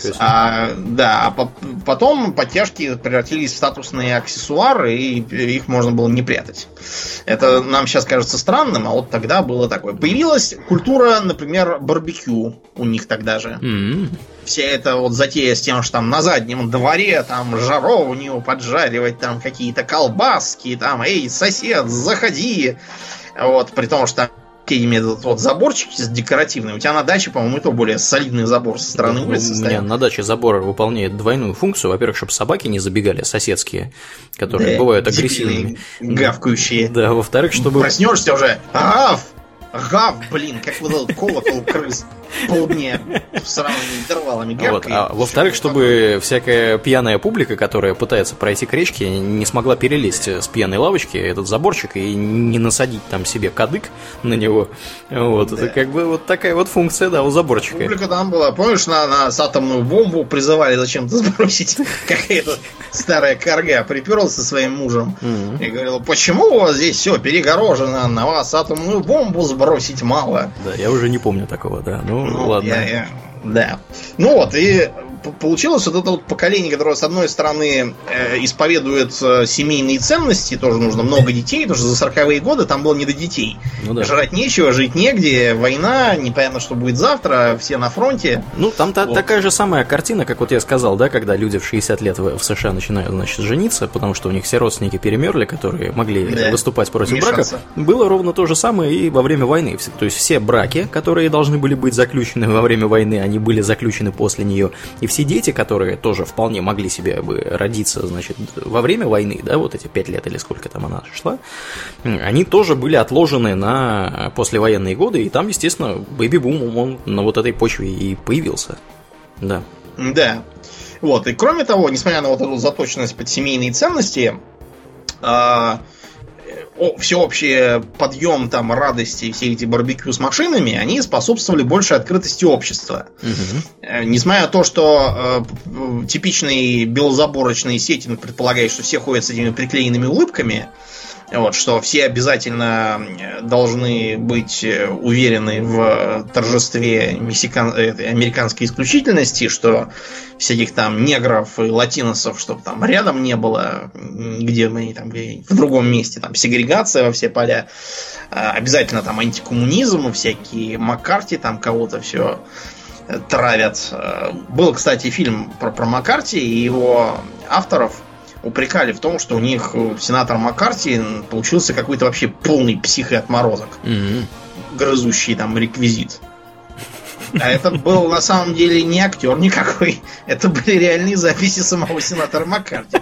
Потом подтяжки превратились в статусные аксессуары, и их можно было не прятать. Это нам сейчас кажется странным, а вот тогда было такое. Появилась культура, например, барбекю у них тогда же. Вся эта вот затея с тем, что там на заднем дворе там жаровню поджаривать, там какие-то колбаски, там, эй, сосед, заходи. Вот, при том, что имеют вот заборчики декоративные. У тебя на даче, по-моему, и то более солидный забор со стороны улицы стоит. У меня на даче забор выполняет двойную функцию. Во-первых, чтобы собаки не забегали, соседские, которые бывают агрессивными. Гавкающие. Да, во-вторых, чтобы... Проснешься уже, гав, блин, как вот этот колокол крыс полдня с равными интервалами гавкает. Вот. А во-вторых, чтобы всякая пьяная публика, которая пытается пройти к речке, не смогла перелезть с пьяной лавочки этот заборчик и не насадить там себе кадык на него. Вот, да. Это как бы вот такая вот функция, да, у заборчика. Публика там была, помнишь, нас атомную бомбу призывали зачем-то сбросить. Какая-то старая карга приперлась со своим мужем и говорила: почему у вас здесь все перегорожено, на вас атомную бомбу сбросить мало. Да, я уже не помню такого, да. Ну ладно. Да. Ну вот, и получилось вот это вот поколение, которое, с одной стороны, исповедует семейные ценности, тоже нужно много детей, потому что за 40-е годы там было не до детей. Ну, да. Жрать нечего, жить негде, война, непонятно, что будет завтра, все на фронте. Ну, там вот такая же самая картина, как вот я сказал, да, когда люди в 60 лет в США начинают, значит, жениться, потому что у них все родственники перемерли, которые могли выступать против брака. Было ровно то же самое и во время войны. То есть все браки, которые должны были быть заключены во время войны, они были заключены после нее. И все дети, которые тоже вполне могли себе бы родиться, значит, во время войны, да, вот эти 5 лет или сколько там она шла, они тоже были отложены на послевоенные годы, и там, естественно, бэби-бум, он на вот этой почве и появился. Да. Да. Вот, и кроме того, несмотря на вот эту заточенность под семейные ценности, всеобщий подъем там радости, все эти барбекю с машинами, они способствовали большей открытости общества. Несмотря на то, что типичный белозаборочный сеттинг предполагает, что все ходят с этими приклеенными улыбками, вот, что все обязательно должны быть уверены в торжестве американской исключительности, что всяких там негров и латиносов, чтобы там рядом не было, где мы там в другом месте, там сегрегация во все поля, обязательно там антикоммунизм, всякие Маккарти там кого-то все травят. Был, кстати, фильм про Маккарти и его авторов упрекали в том, что у них сенатор Маккарти получился какой-то вообще полный психоотморозок, грызущий там реквизит. А это был на самом деле не актер никакой. Это были реальные записи самого сенатора Маккарти.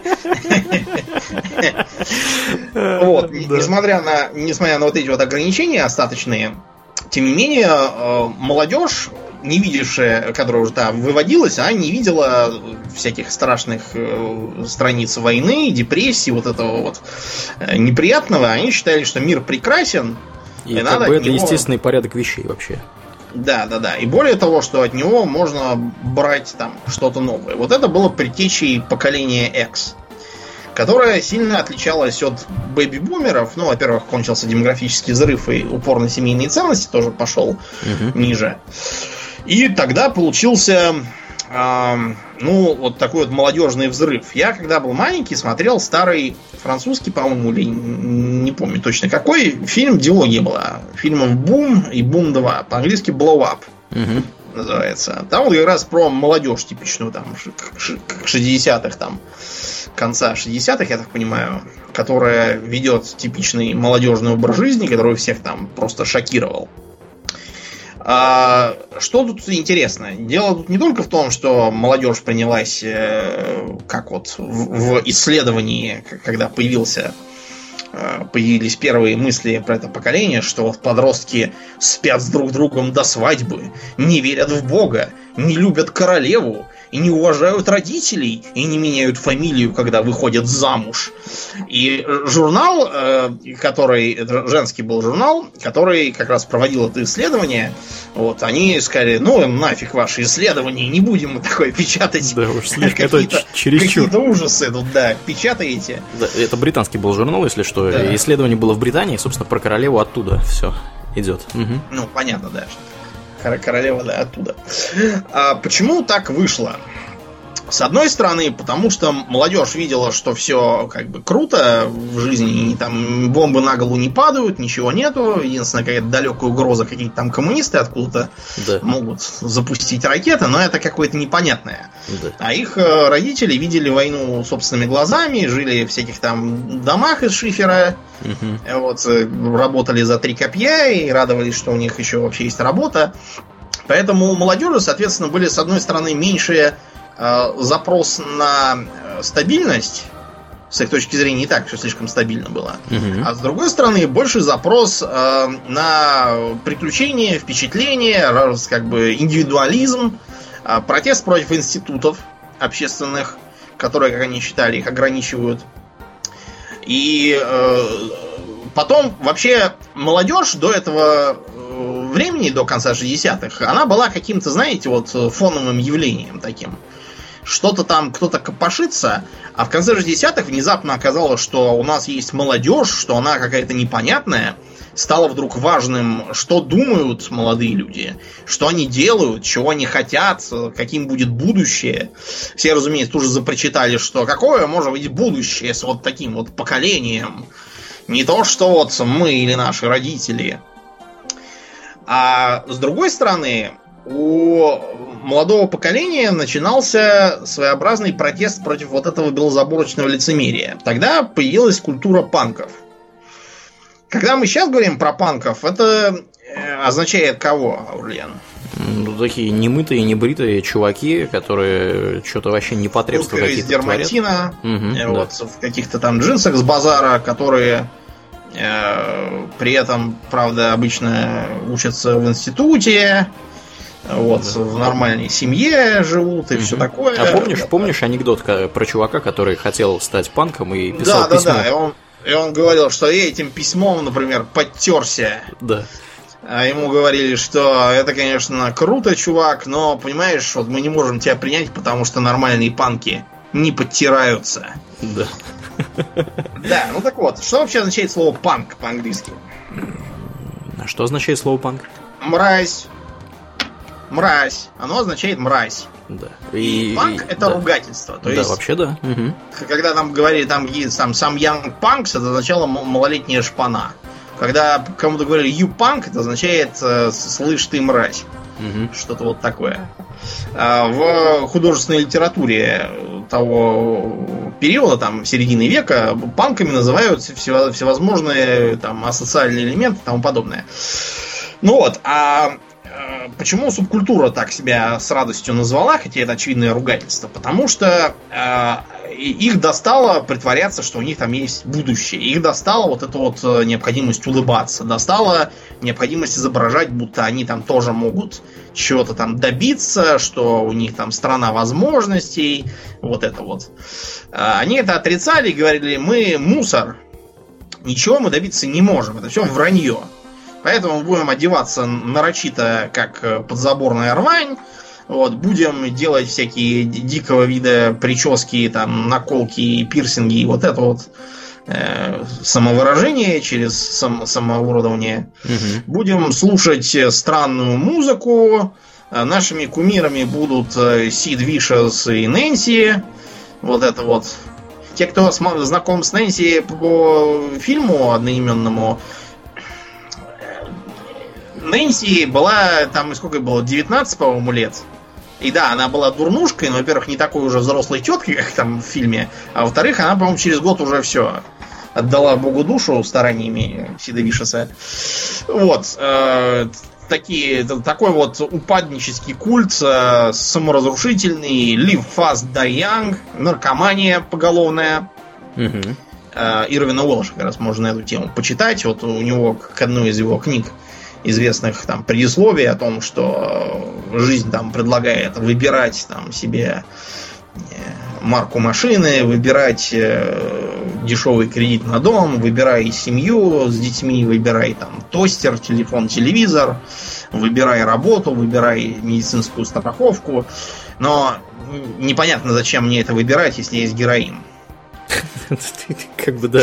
Вот. Несмотря на вот эти вот ограничения остаточные, тем не менее, молодежь не видевшая, которая уже там выводилась, она не видела всяких страшных страниц войны, депрессии, вот этого вот неприятного. Они считали, что мир прекрасен. И как бы это естественный порядок вещей вообще. Да. И более того, что от него можно брать там что-то новое. Вот это было предтечей поколения X, которое сильно отличалось от бэби-бумеров. Ну, во-первых, кончился демографический взрыв, и упор на семейные ценности тоже пошел ниже. И тогда получился, вот такой вот молодежный взрыв. Я, когда был маленький, смотрел старый французский, по-моему, или не помню точно какой, фильм, дилогия была. Фильмов «Бум» и «Бум 2». По-английски «Blow Up» называется. Там вот как раз про молодежь типичную, там, 60-х, там, конца 60-х, я так понимаю, которая ведет типичный молодежный образ жизни, который всех там просто шокировал. Что тут интересно? Дело тут не только в том, что молодежь принялась, как вот в исследовании, когда появились первые мысли про это поколение, что вот подростки спят с друг другом до свадьбы, не верят в Бога, не любят королеву, и не уважают родителей, и не меняют фамилию, когда выходят замуж. И журнал, это женский был журнал, который как раз проводил это исследование, вот, они сказали, ну нафиг ваши исследования, не будем мы такое печатать. Да уж, слишком это чересчур. Какие-то ужасы тут, да, печатаете. Да, это британский был журнал, если что. Да. Исследование было в Британии, собственно, про королеву оттуда все идет. Угу. Ну, понятно, да. Королева, да, оттуда. А почему так вышло? С одной стороны, потому что молодежь видела, что все как бы круто в жизни, и там бомбы на голову не падают, ничего нету. Единственная какая-то далекая угроза, какие-то там коммунисты откуда-то могут запустить ракеты, но это какое-то непонятное. Да. А их родители видели войну собственными глазами, жили в всяких там домах из шифера, вот, работали за 3 копья и радовались, что у них еще вообще есть работа. Поэтому у молодежи, соответственно, были, с одной стороны, меньшие запрос на стабильность, с их точки зрения не так все слишком стабильно было, а с другой стороны больше запрос на приключения, впечатления, как бы индивидуализм, протест против институтов общественных, которые, как они считали, их ограничивают. И потом вообще молодежь до этого времени, до конца 60-х, она была каким-то, знаете, вот фоновым явлением таким. Что-то там кто-то копошится, а в конце 60-х внезапно оказалось, что у нас есть молодежь, что она какая-то непонятная. Стало вдруг важным, что думают молодые люди, что они делают, чего они хотят, каким будет будущее. Все, разумеется, тут же запрочитали, что какое может быть будущее с вот таким вот поколением. Не то, что вот мы или наши родители. А с другой стороны, у молодого поколения начинался своеобразный протест против вот этого белозаборочного лицемерия. Тогда появилась культура панков. Когда мы сейчас говорим про панков, это означает кого, Аурлиен? Ну, такие немытые, небритые чуваки, которые что-то вообще непотребства какие-то из дерматина, вот, в каких-то там джинсах с базара, которые при этом, правда, обычно учатся в институте, вот, в нормальной семье живут и все такое. А помнишь анекдот про чувака, который хотел стать панком и писал письмо? Да. И он говорил, что я этим письмом, например, подтерся. Да. А ему говорили, что это, конечно, круто, чувак, но, понимаешь, вот мы не можем тебя принять, потому что нормальные панки не подтираются. Да. Да, ну так вот, что вообще означает слово панк по-английски? А что означает слово панк? Мразь. Мразь. Оно означает мразь. Да. И панк это ругательство. То есть, вообще да. Когда там говорили там some young punks, это означало малолетняя шпана. Когда кому-то говорили you punk, это означает слышь ты мразь. Что-то вот такое. В художественной литературе того периода, там, середины века, панками называют всевозможные там асоциальные элементы и тому подобное. Ну вот, а почему субкультура так себя с радостью назвала, хотя это очевидное ругательство? Потому что их достало притворяться, что у них там есть будущее. Их достала вот эта вот необходимость улыбаться. Достала необходимость изображать, будто они там тоже могут чего-то там добиться, что у них там страна возможностей, вот это вот. Они это отрицали и говорили: мы мусор, ничего мы добиться не можем, это все вранье. Поэтому будем одеваться нарочито, как подзаборная рвань. Вот, будем делать всякие дикого вида прически, там, наколки, пирсинги и вот это вот самовыражение через самоуродование. Будем слушать странную музыку. Нашими кумирами будут Сид Вишес и Нэнси. Вот это вот. Те, кто знаком с Нэнси по фильму одноименному, Нэнси была там, сколько было, 19, по-моему, лет. И да, она была дурнушкой, но, во-первых, не такой уже взрослой теткой, как там в фильме. А во-вторых, она, по-моему, через год уже все отдала Богу душу стараниями Сида Вишеса. Вот. Такой вот упаднический культ, саморазрушительный, live fast, die young, наркомания поголовная. Ирвина Уэлша как раз можно эту тему почитать. Вот у него к одной из его книг известных там предисловий о том, что жизнь там предлагает выбирать там себе марку машины, выбирать дешевый кредит на дом, выбирай семью с детьми, выбирай там тостер, телефон, телевизор, выбирай работу, выбирай медицинскую страховку. Но непонятно, зачем мне это выбирать, если есть героин. Как бы, да,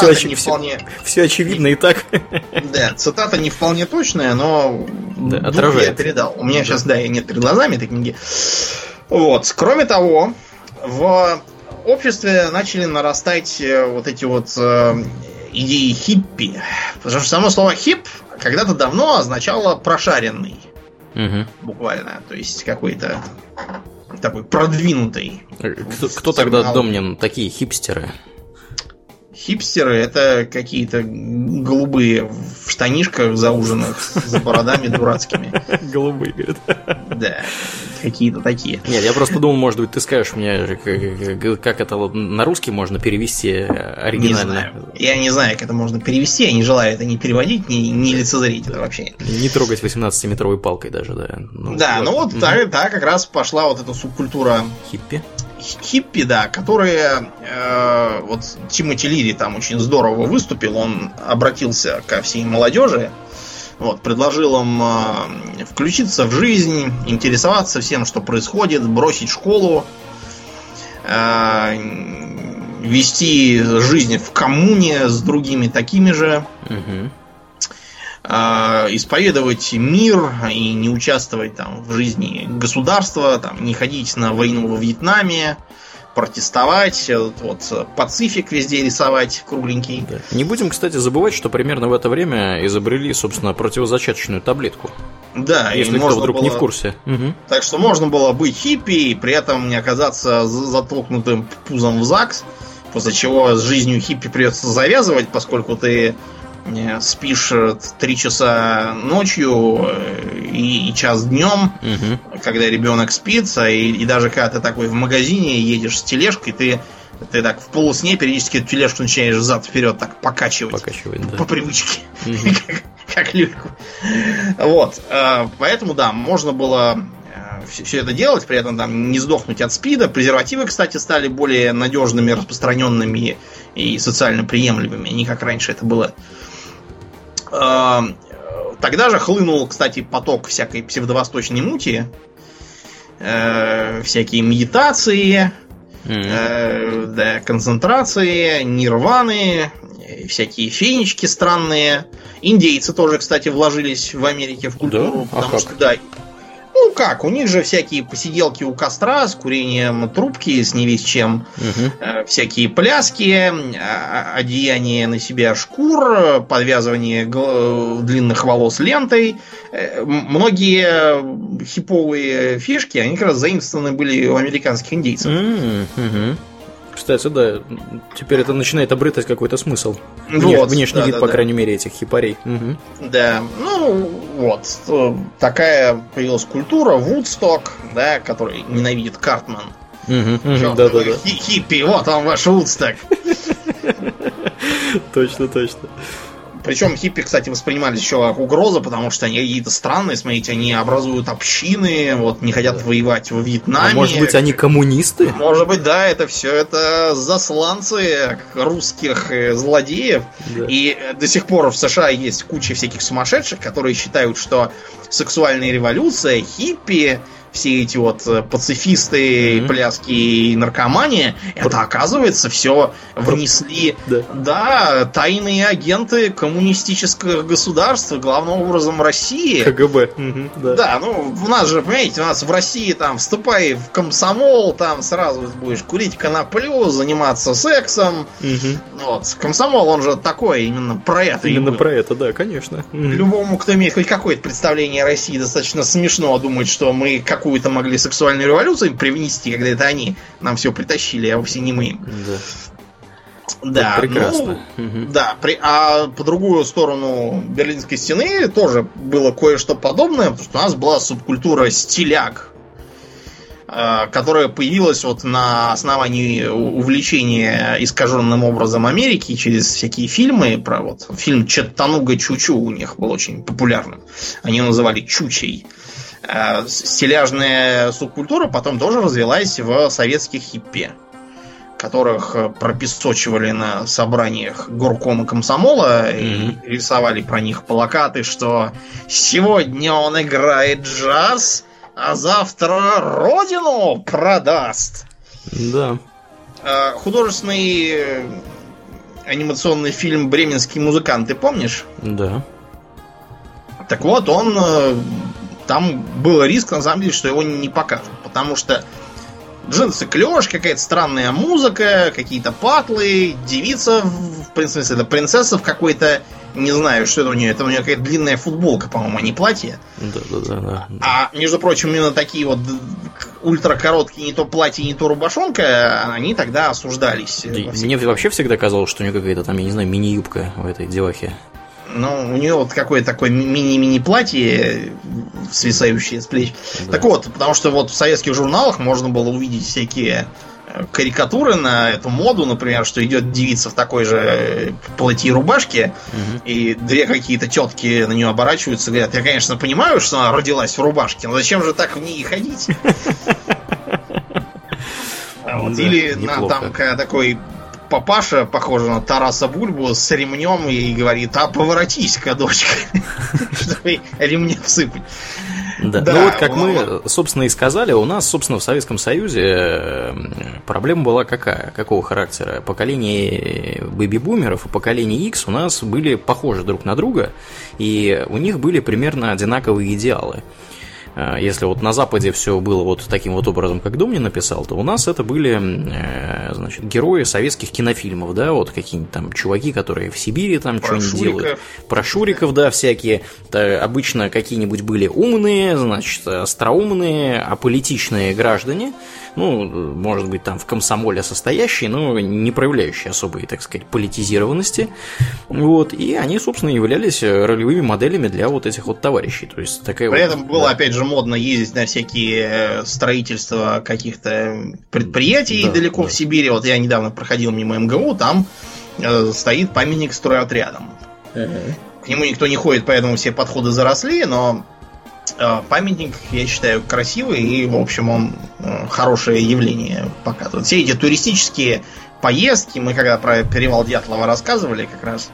все очевидно и так. Да, цитата не вполне точная, но отражает. Я передал. У меня сейчас, нет перед глазами этой книги. Вот. Кроме того, в обществе начали нарастать вот эти вот идеи хиппи. Потому что само слово хип когда-то давно означало прошаренный. Буквально. То есть какой-то такой продвинутый. Кто тогда домнен такие хипстеры? Хипстеры — это какие-то голубые в штанишках зауженных, за бородами дурацкими. Голубые, говорят. Да, какие-то такие. Нет, я просто думал, может быть, ты скажешь мне, как это на русский можно перевести оригинально. Не знаю. Я не знаю, как это можно перевести, я не желаю это ни переводить, ни лицезреть это вообще. Не трогать 18-метровой палкой даже, да. Так как раз пошла вот эта субкультура хиппи, да, которые вот Тимоти Лири там очень здорово выступил, он обратился ко всей молодежи, вот, предложил им включиться в жизнь, интересоваться всем, что происходит, бросить школу, вести жизнь в коммуне с другими такими же, исповедовать мир и не участвовать там в жизни государства, там, не ходить на войну во Вьетнаме, протестовать, вот пацифик везде рисовать кругленький. Да. Не будем, кстати, забывать, что примерно в это время изобрели, собственно, противозачаточную таблетку. Да, если кто вдруг не в курсе. Так что можно было быть хиппи и при этом не оказаться затолкнутым пузом в ЗАГС, после чего с жизнью хиппи придется завязывать, поскольку ты спишь 3 часа ночью и час днем, когда ребенок спит, и даже когда ты такой в магазине едешь с тележкой, ты так в полусне периодически эту тележку начинаешь взад-вперед так покачивать да. По привычке, как люльку. Вот, поэтому да, можно было все это делать, при этом там не сдохнуть от СПИДа. Презервативы, кстати, стали более надежными, распространенными и социально приемлемыми, не как раньше это было. Тогда же хлынул, кстати, поток всякой псевдовосточной мути, всякие медитации, концентрации, нирваны, всякие фенечки странные. Индейцы тоже, кстати, вложились в Америке в культуру, потому что, да, ну как, у них же всякие посиделки у костра с курением трубки, с не весь чем, всякие пляски, одеяние на себя шкур, подвязывание длинных волос лентой. Многие хиповые фишки, они как раз заимствованы были у американских индейцев. Кстати, да, теперь это начинает обретать какой-то смысл. Внешний вид, по крайней мере, этих хипарей. Да, ну вот, такая появилась культура, Вудсток, да, который ненавидит Картман. Хиппи, вот он ваш Вудсток. Точно. Причем хиппи, кстати, воспринимались еще как угроза, потому что они какие-то странные, смотрите, они образуют общины, вот, не хотят воевать во Вьетнаме. А может быть, они коммунисты? Может быть, да, это все это засланцы русских злодеев. Да. И до сих пор в США есть куча всяких сумасшедших, которые считают, что сексуальная революция, хиппи, все эти вот пацифисты, пляски и наркомания, это, оказывается, все внесли, да, тайные агенты коммунистического государства, главным образом России. КГБ. Да, ну, у нас же, понимаете, у нас в России там вступай в комсомол, там сразу будешь курить коноплю, заниматься сексом. Вот. Комсомол, он же такой, именно про это. Именно про это, да, конечно. Любому, кто имеет хоть какое-то представление о России, достаточно смешно думать, что мы какую-то могли сексуальную революцию привнести, когда это они нам все притащили, а вовсе не мы. Да, прекрасно. А по другую сторону Берлинской стены тоже было кое-что подобное, потому что у нас была субкультура стиляг, которая появилась вот на основании увлечения искаженным образом Америки через всякие фильмы. Про вот фильм «Чаттануга Чучу» у них был очень популярным. Они его называли «Чучей». Стиляжная субкультура потом тоже развилась в советских хиппи, которых пропесочивали на собраниях горкома комсомола и рисовали про них плакаты, что сегодня он играет джаз, а завтра родину продаст. Да. Художественный анимационный фильм «Бременские музыканты», помнишь? Да. Так вот, там был риск, на самом деле, что его не покажут, потому что джинсы клеш, какая-то странная музыка, какие-то патлы, девица, в принципе, это принцесса в какой-то, не знаю, что это у нее какая-то длинная футболка, по-моему, а не платье. Да. А, между прочим, именно такие вот ультракороткие, не то платье, не то рубашонка, они тогда осуждались. Мне вообще всегда казалось, что у нее какая-то там, я не знаю, мини-юбка в этой девахе. Ну, у нее вот какое-то такое мини-мини платье, свисающее с плеч. Да. Так вот, потому что вот в советских журналах можно было увидеть всякие карикатуры на эту моду, например, что идет девица в такой же платье и рубашке, и две какие-то тетки на нее оборачиваются и говорят: я, конечно, понимаю, что она родилась в рубашке, но зачем же так в ней ходить? Или там такой папаша, похожий на Тараса Бульбу, с ремнем и говорит: а поворотись-ка, дочка, чтобы ремнем всыпать. Да. Ну вот, как мы, собственно, и сказали, у нас, собственно, в Советском Союзе проблема была какая? Какого характера? Поколение бэби-бумеров и поколение X у нас были похожи друг на друга, и у них были примерно одинаковые идеалы. Если вот на Западе все было вот таким вот образом, как Домнин написал, то у нас это были, значит, герои советских кинофильмов, да, вот какие-нибудь там чуваки, которые в Сибири там что-нибудь делают. Про шуриков, да, всякие. Это обычно какие-нибудь были умные, значит, остроумные, аполитичные граждане, ну, может быть, там в комсомоле состоящие, но не проявляющие особой, так сказать, политизированности. Вот, и они, собственно, являлись ролевыми моделями для вот этих вот товарищей. То есть такая При этом было, опять же, модно ездить на всякие строительства каких-то предприятий далеко в Сибири. Вот я недавно проходил мимо МГУ, там стоит памятник стройотрядам. К нему никто не ходит, поэтому все подходы заросли, но памятник, я считаю, красивый, и, в общем, он хорошее явление показывает. Все эти туристические поездки, мы когда про перевал Дятлова рассказывали как раз,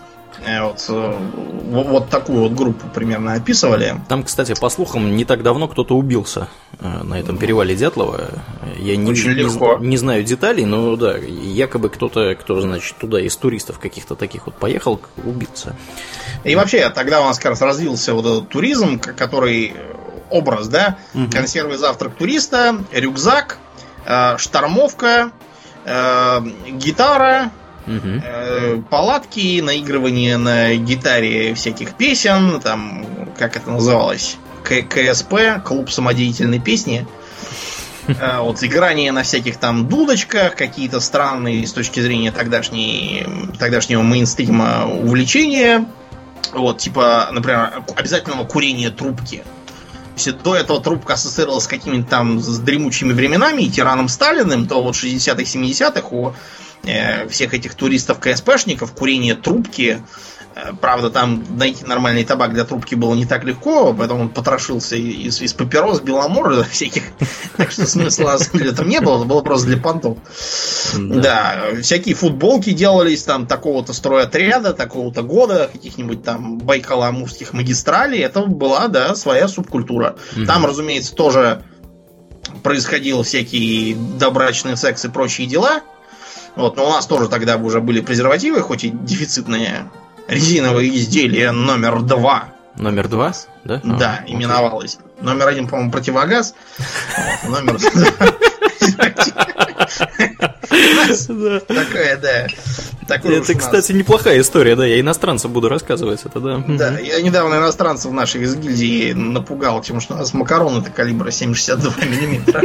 вот такую вот группу примерно описывали. Там, кстати, по слухам, не так давно кто-то убился на этом перевале Дятлова. Я не знаю деталей, но да, якобы кто-то, кто, значит, туда из туристов каких-то таких вот поехал, убился. И вообще, тогда у нас как раз развился вот этот туризм, который образ, да? Консервы, завтрак туриста, рюкзак, штормовка, гитара, палатки, наигрывание на гитаре всяких песен, там, как это называлось, КСП, клуб самодеятельной песни. Вот, играние на всяких там дудочках, какие-то странные с точки зрения тогдашнего мейнстрима увлечения. Вот, типа, например, обязательного курения трубки. Если до этого трубка ассоциировалась с какими-то там с дремучими временами и тираном Сталиным, то вот в 60-х, 70-х у всех этих туристов-КСПшников курение трубки Правда, там найти нормальный табак для трубки было не так легко, поэтому он потрошился из папирос, беломор всяких. Так что смысла в этом не было, это было просто для понтов. Да, всякие футболки делались там такого-то стройотряда, такого-то года, каких-нибудь там байкало-амурских магистралей. Это была, да, своя субкультура. Там, разумеется, тоже происходил всякий добрачный секс и прочие дела. Вот, но у нас тоже тогда уже были презервативы, хоть и дефицитные. Резиновые изделия номер 2. Номер 2? Да? Да, именовалось. Номер 1, по-моему, противогаз. Номер 2. Такая, да. Это, кстати, неплохая история, да. Я иностранцам буду рассказывать это, да. Да, я недавно иностранцев наших из гильдии напугал, тем, что у нас макароны-то калибра 7,62 миллиметра.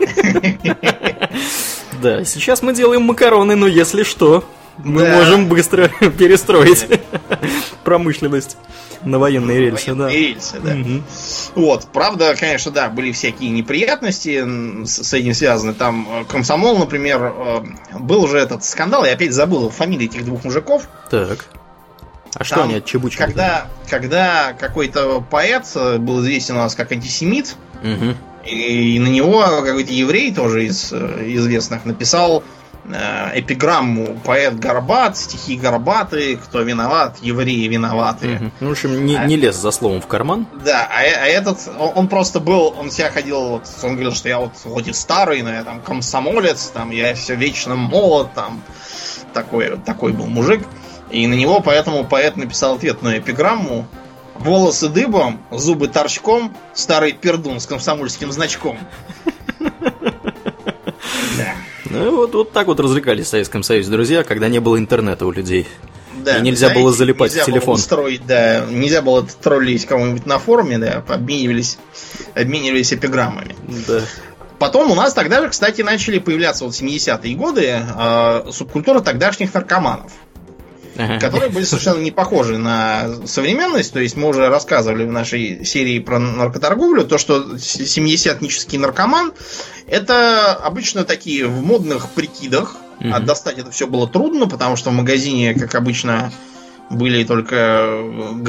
Да, сейчас мы делаем макароны, но если что, мы можем быстро перестроить промышленность на военные рельсы. Рельсы, да. Вот, правда, конечно, да, были всякие неприятности с этим связаны. Там комсомол, например, был уже этот скандал, я опять забыл фамилии этих двух мужиков. Так. А что они отчебучили? Когда какой-то поэт был известен у нас как антисемит, и на него какой-то еврей тоже из известных написал эпиграмму: поэт горбат, стихи горбаты, кто виноват, евреи виноваты. Ну, в общем, не лез за словом в карман. Да, а этот, он просто был, он себя ходил, вот, он говорил, что я вот хоть и старый, но я там комсомолец, там я все вечно молод, там такой был мужик. И на него поэтому поэт написал ответную эпиграмму: волосы дыбом, зубы торчком, старый пердун с комсомольским значком. Да. Ну вот так вот развлекались в Советском Союзе, друзья, когда не было интернета у людей. Да, и нельзя было залипать в телефон. Нельзя было троллить кого-нибудь на форуме, да, обменивались эпиграммами. Да. Потом у нас тогда же, кстати, начали появляться вот 70-е годы субкультура тогдашних наркоманов. Которые были совершенно не похожи на современность. То есть мы уже рассказывали в нашей серии про наркоторговлю, то, что 70-нический наркоман — это обычно такие в модных прикидах. А достать это все было трудно, потому что в магазине, как обычно, были только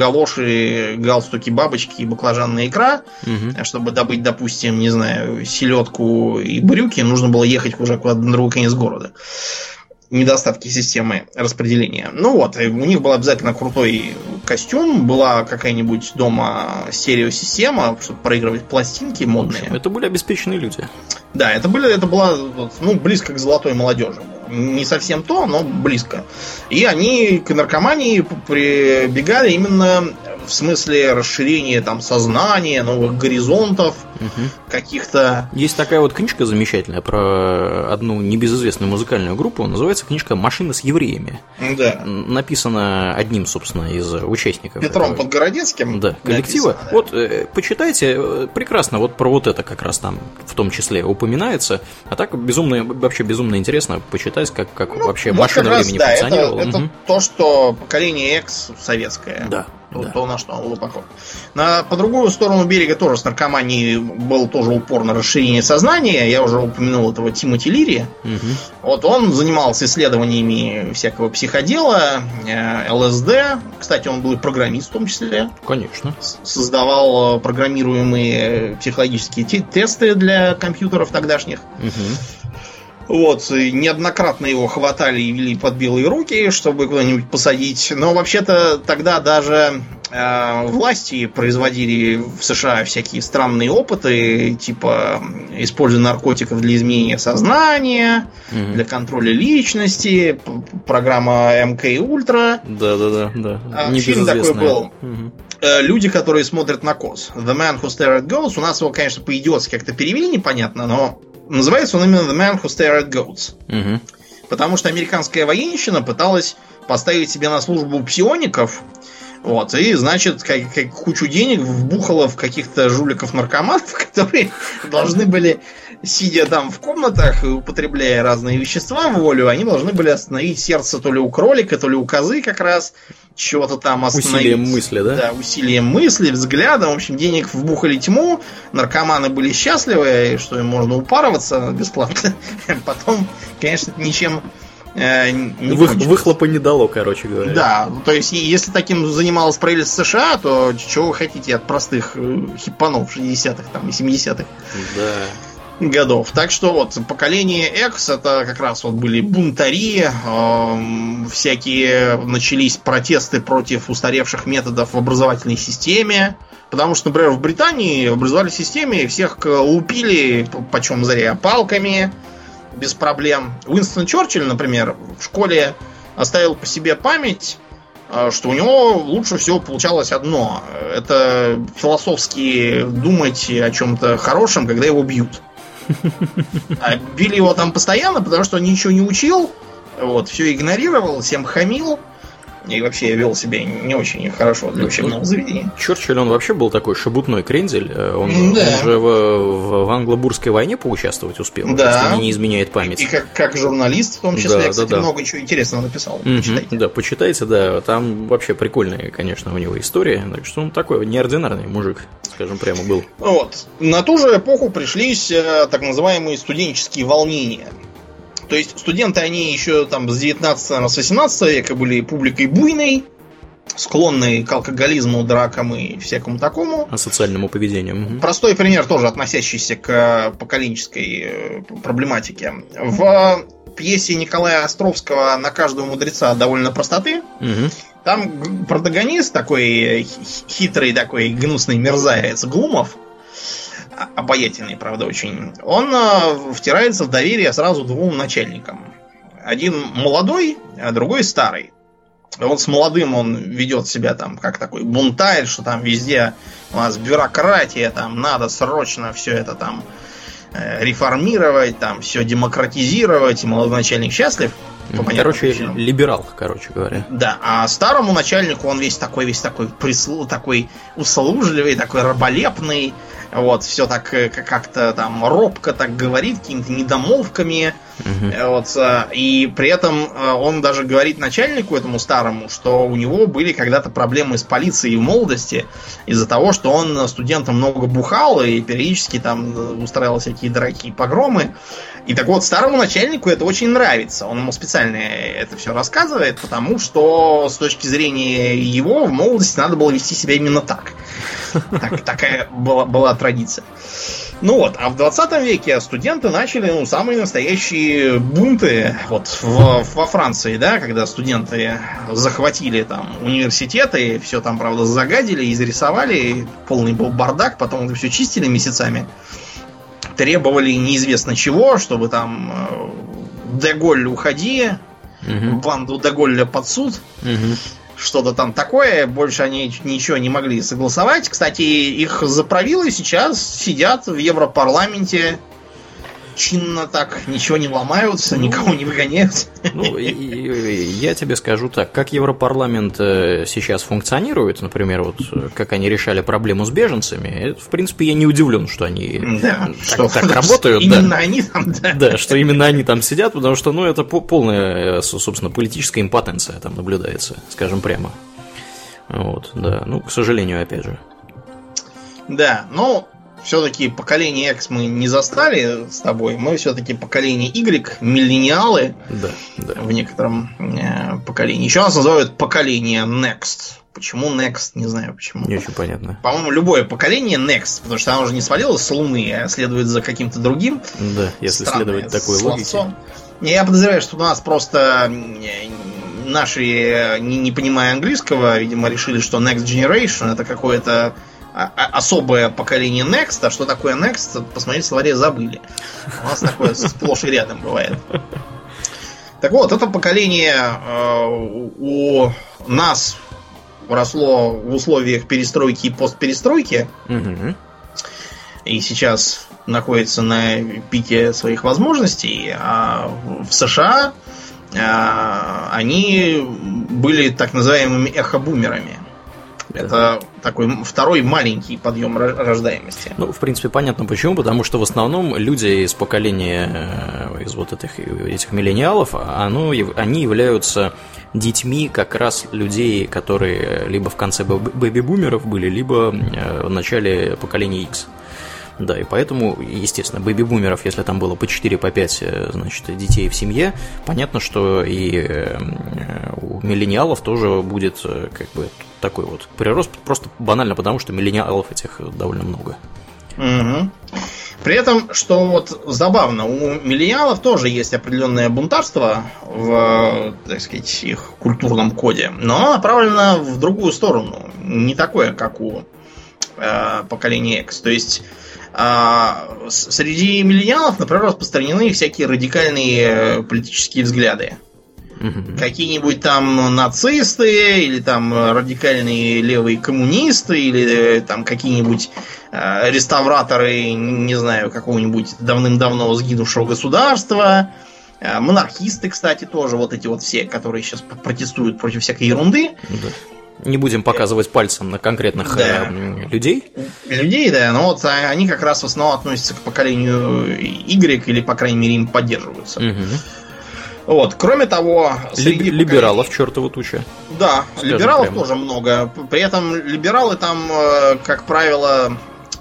галоши, галстуки, бабочки и баклажанная икра. Чтобы добыть, допустим, не знаю, селедку и брюки, нужно было ехать уже куда-то на другой конец города. Недостатки системы распределения. Ну вот, у них был обязательно крутой костюм, была какая-нибудь дома стереосистема, чтобы проигрывать пластинки модные. Это были обеспеченные люди. Да, это было близко к золотой молодежи. Не совсем то, но близко. И они к наркомании прибегали именно в смысле расширения там сознания, новых горизонтов, каких-то... Есть такая вот книжка замечательная про одну небезызвестную музыкальную группу. Называется книжка «Машина с евреями». Да. Написана одним, собственно, из участников. Петром Подгородецким. Да, коллектива. Написано, да. Вот, почитайте, прекрасно, вот про вот это как раз там в том числе упоминается. А так вообще безумно интересно почитать, как вообще машина времени функционировала. Это то, что поколение X советское. Да. То, на что он был похож. По другую сторону берега тоже с наркоманией был тоже упор на расширение сознания. Я уже упомянул этого Тимоти Лири. Вот он занимался исследованиями всякого психодела, ЛСД. Кстати, он был и программист в том числе. Конечно. Создавал программируемые психологические тесты для компьютеров тогдашних. Вот, неоднократно его хватали и вели под белые руки, чтобы куда-нибудь посадить. Но вообще-то тогда даже власти производили в США всякие странные опыты, типа использования наркотиков для изменения сознания, для контроля личности, программа МК Ультра. Да. Фильм такой был. Люди, которые смотрят на коз. The Man Who Stared at Goats. У нас его, конечно, по-идиотски как-то перевели, непонятно, но называется он именно The Man Who Stared at Goats. Потому что американская военщина пыталась поставить себе на службу псиоников. Вот, и, значит, как кучу денег вбухала в каких-то жуликов-наркоманов, которые должны были, сидя там в комнатах и употребляя разные вещества в волю, они должны были остановить сердце то ли у кролика, то ли у козы как раз, чего-то там остановить. Усилием мысли, да? Да, усилием мысли, взглядом. В общем, денег вбухали тьму, наркоманы были счастливы, что им можно упарываться бесплатно. Потом, конечно, ничем Выхлопа не дало, короче говоря. Да, то есть, если таким занималось правительство США, то чего вы хотите от простых хиппанов 60-х там, и 70-х годов. Так что вот поколение X, это как раз вот были бунтари, всякие начались протесты против устаревших методов в образовательной системе. Потому что, например, в Британии в образовательной системе всех лупили, почем зря, палками, без проблем. Уинстон Черчилль, например, в школе оставил по себе память, что у него лучше всего получалось одно. Это философски думать о чем-то хорошем, когда его бьют. А били его там постоянно, потому что он ничего не учил, вот, все игнорировал, всем хамил. И вообще вел себя не очень хорошо для учебного заведения. Черчилль, он вообще был такой шебутной крендель. Он же в англо-бурской войне поучаствовать успел, да. Если мне не изменяет память. И как журналист, в том числе, кстати, много чего интересного написал. Почитайте. Да, почитайте, да. Там вообще прикольная, конечно, у него история. Так что он такой неординарный мужик, скажем прямо, был. Вот. На ту же эпоху пришлись так называемые студенческие волнения. То есть студенты, они еще там с 19 с 18 века были публикой буйной, склонной к алкоголизму, дракам и всякому такому. Асоциальному поведению. Простой пример, тоже относящийся к поколенческой проблематике. В пьесе Николая Островского «На каждого мудреца довольно простоты» там протагонист такой хитрый, такой гнусный мерзавец Глумов, обаятельный, правда, очень, он втирается в доверие сразу двум начальникам. Один молодой, а другой старый. Вот с молодым он ведет себя там как такой бунтарь, что там везде у нас бюрократия, там надо срочно все это там реформировать, там все демократизировать, и молодой начальник счастлив. Короче, либерал, короче говоря. Да, а старому начальнику он весь такой такой услужливый, такой раболепный. Вот, все так как-то там робко так говорит, какими-то недомолвками. Вот, и при этом он даже говорит начальнику этому старому, что у него были когда-то проблемы с полицией в молодости из-за того, что он студентам много бухал и периодически там устраивал всякие драки и погромы. И так вот, старому начальнику это очень нравится. Он ему специально это все рассказывает, потому что с точки зрения его в молодости надо было вести себя именно так. Такая была традиция. Ну вот, а в 20 веке студенты начали самые настоящие бунты вот во Франции, да, когда студенты захватили там университеты, все там, правда, загадили, изрисовали, полный был бардак, потом это все чистили месяцами. Требовали неизвестно чего, чтобы там де Голль уходи, банду де Голля под суд, что-то там такое. Больше они ничего не могли согласовать. Кстати, их заправилы сейчас сидят в Европарламенте чинно так, ничего не ломаются, никого не выгоняют. Ну, я тебе скажу так, как Европарламент сейчас фуnkционирует, например, вот как они решали проблему с беженцами, в принципе, я не удивлен, что они так работают. Именно они там, да. Да, что именно они там сидят, потому что, ну, это полная, собственно, политическая импотенция там наблюдается, скажем прямо. Вот, да, ну, к сожалению, опять же. Да, ну, все-таки поколение X мы не застали с тобой. Мы все-таки поколение Y, миллениалы. Да. В некотором поколении. Еще нас называют поколение Next. Почему Next? Не знаю почему. Не очень понятно. По-моему, любое поколение Next, потому что оно уже не свалилось с Луны, а следует за каким-то другим. Да, если следовать такой логике. Я подозреваю, что у нас просто наши, не понимая английского, видимо, решили, что Next Generation это какое-то особое поколение Next, а что такое Next, посмотреть в словаре забыли. У нас такое сплошь и рядом бывает. Так вот, это поколение у нас росло в условиях перестройки и постперестройки. И сейчас находится на пике своих возможностей. А в США они были так называемыми эхобумерами. Это такой второй маленький подъем рождаемости. Ну, в принципе, понятно почему. Потому что в основном люди из поколения, из вот этих миллениалов, они являются детьми как раз людей, которые либо в конце бэби-бумеров были, либо в начале поколения X. Да, и поэтому, естественно, бэби-бумеров, если там было по 4, по 5, значит, детей в семье, понятно, что и у миллениалов тоже будет как бы такой вот прирост, просто банально потому, что миллениалов этих довольно много. Угу. При этом, что вот забавно, у миллениалов тоже есть определенное бунтарство в, так сказать, их культурном коде, но оно направлено в другую сторону, не такое, как у поколения X. То есть среди миллениалов, например, распространены всякие радикальные политические взгляды. Какие-нибудь там нацисты, или там радикальные левые коммунисты, или там какие-нибудь реставраторы, не знаю, какого-нибудь давным-давно сгинувшего государства. Монархисты, кстати, тоже вот эти вот все, которые сейчас протестуют против всякой ерунды. Да. Не будем показывать пальцем на конкретных людей. Людей, да, но вот они как раз в основном относятся к поколению Y, или, по крайней мере, им поддерживаются. Вот, кроме того, среди либералов чертова туча. Да, либералов прямо тоже много. При этом либералы там, как правило,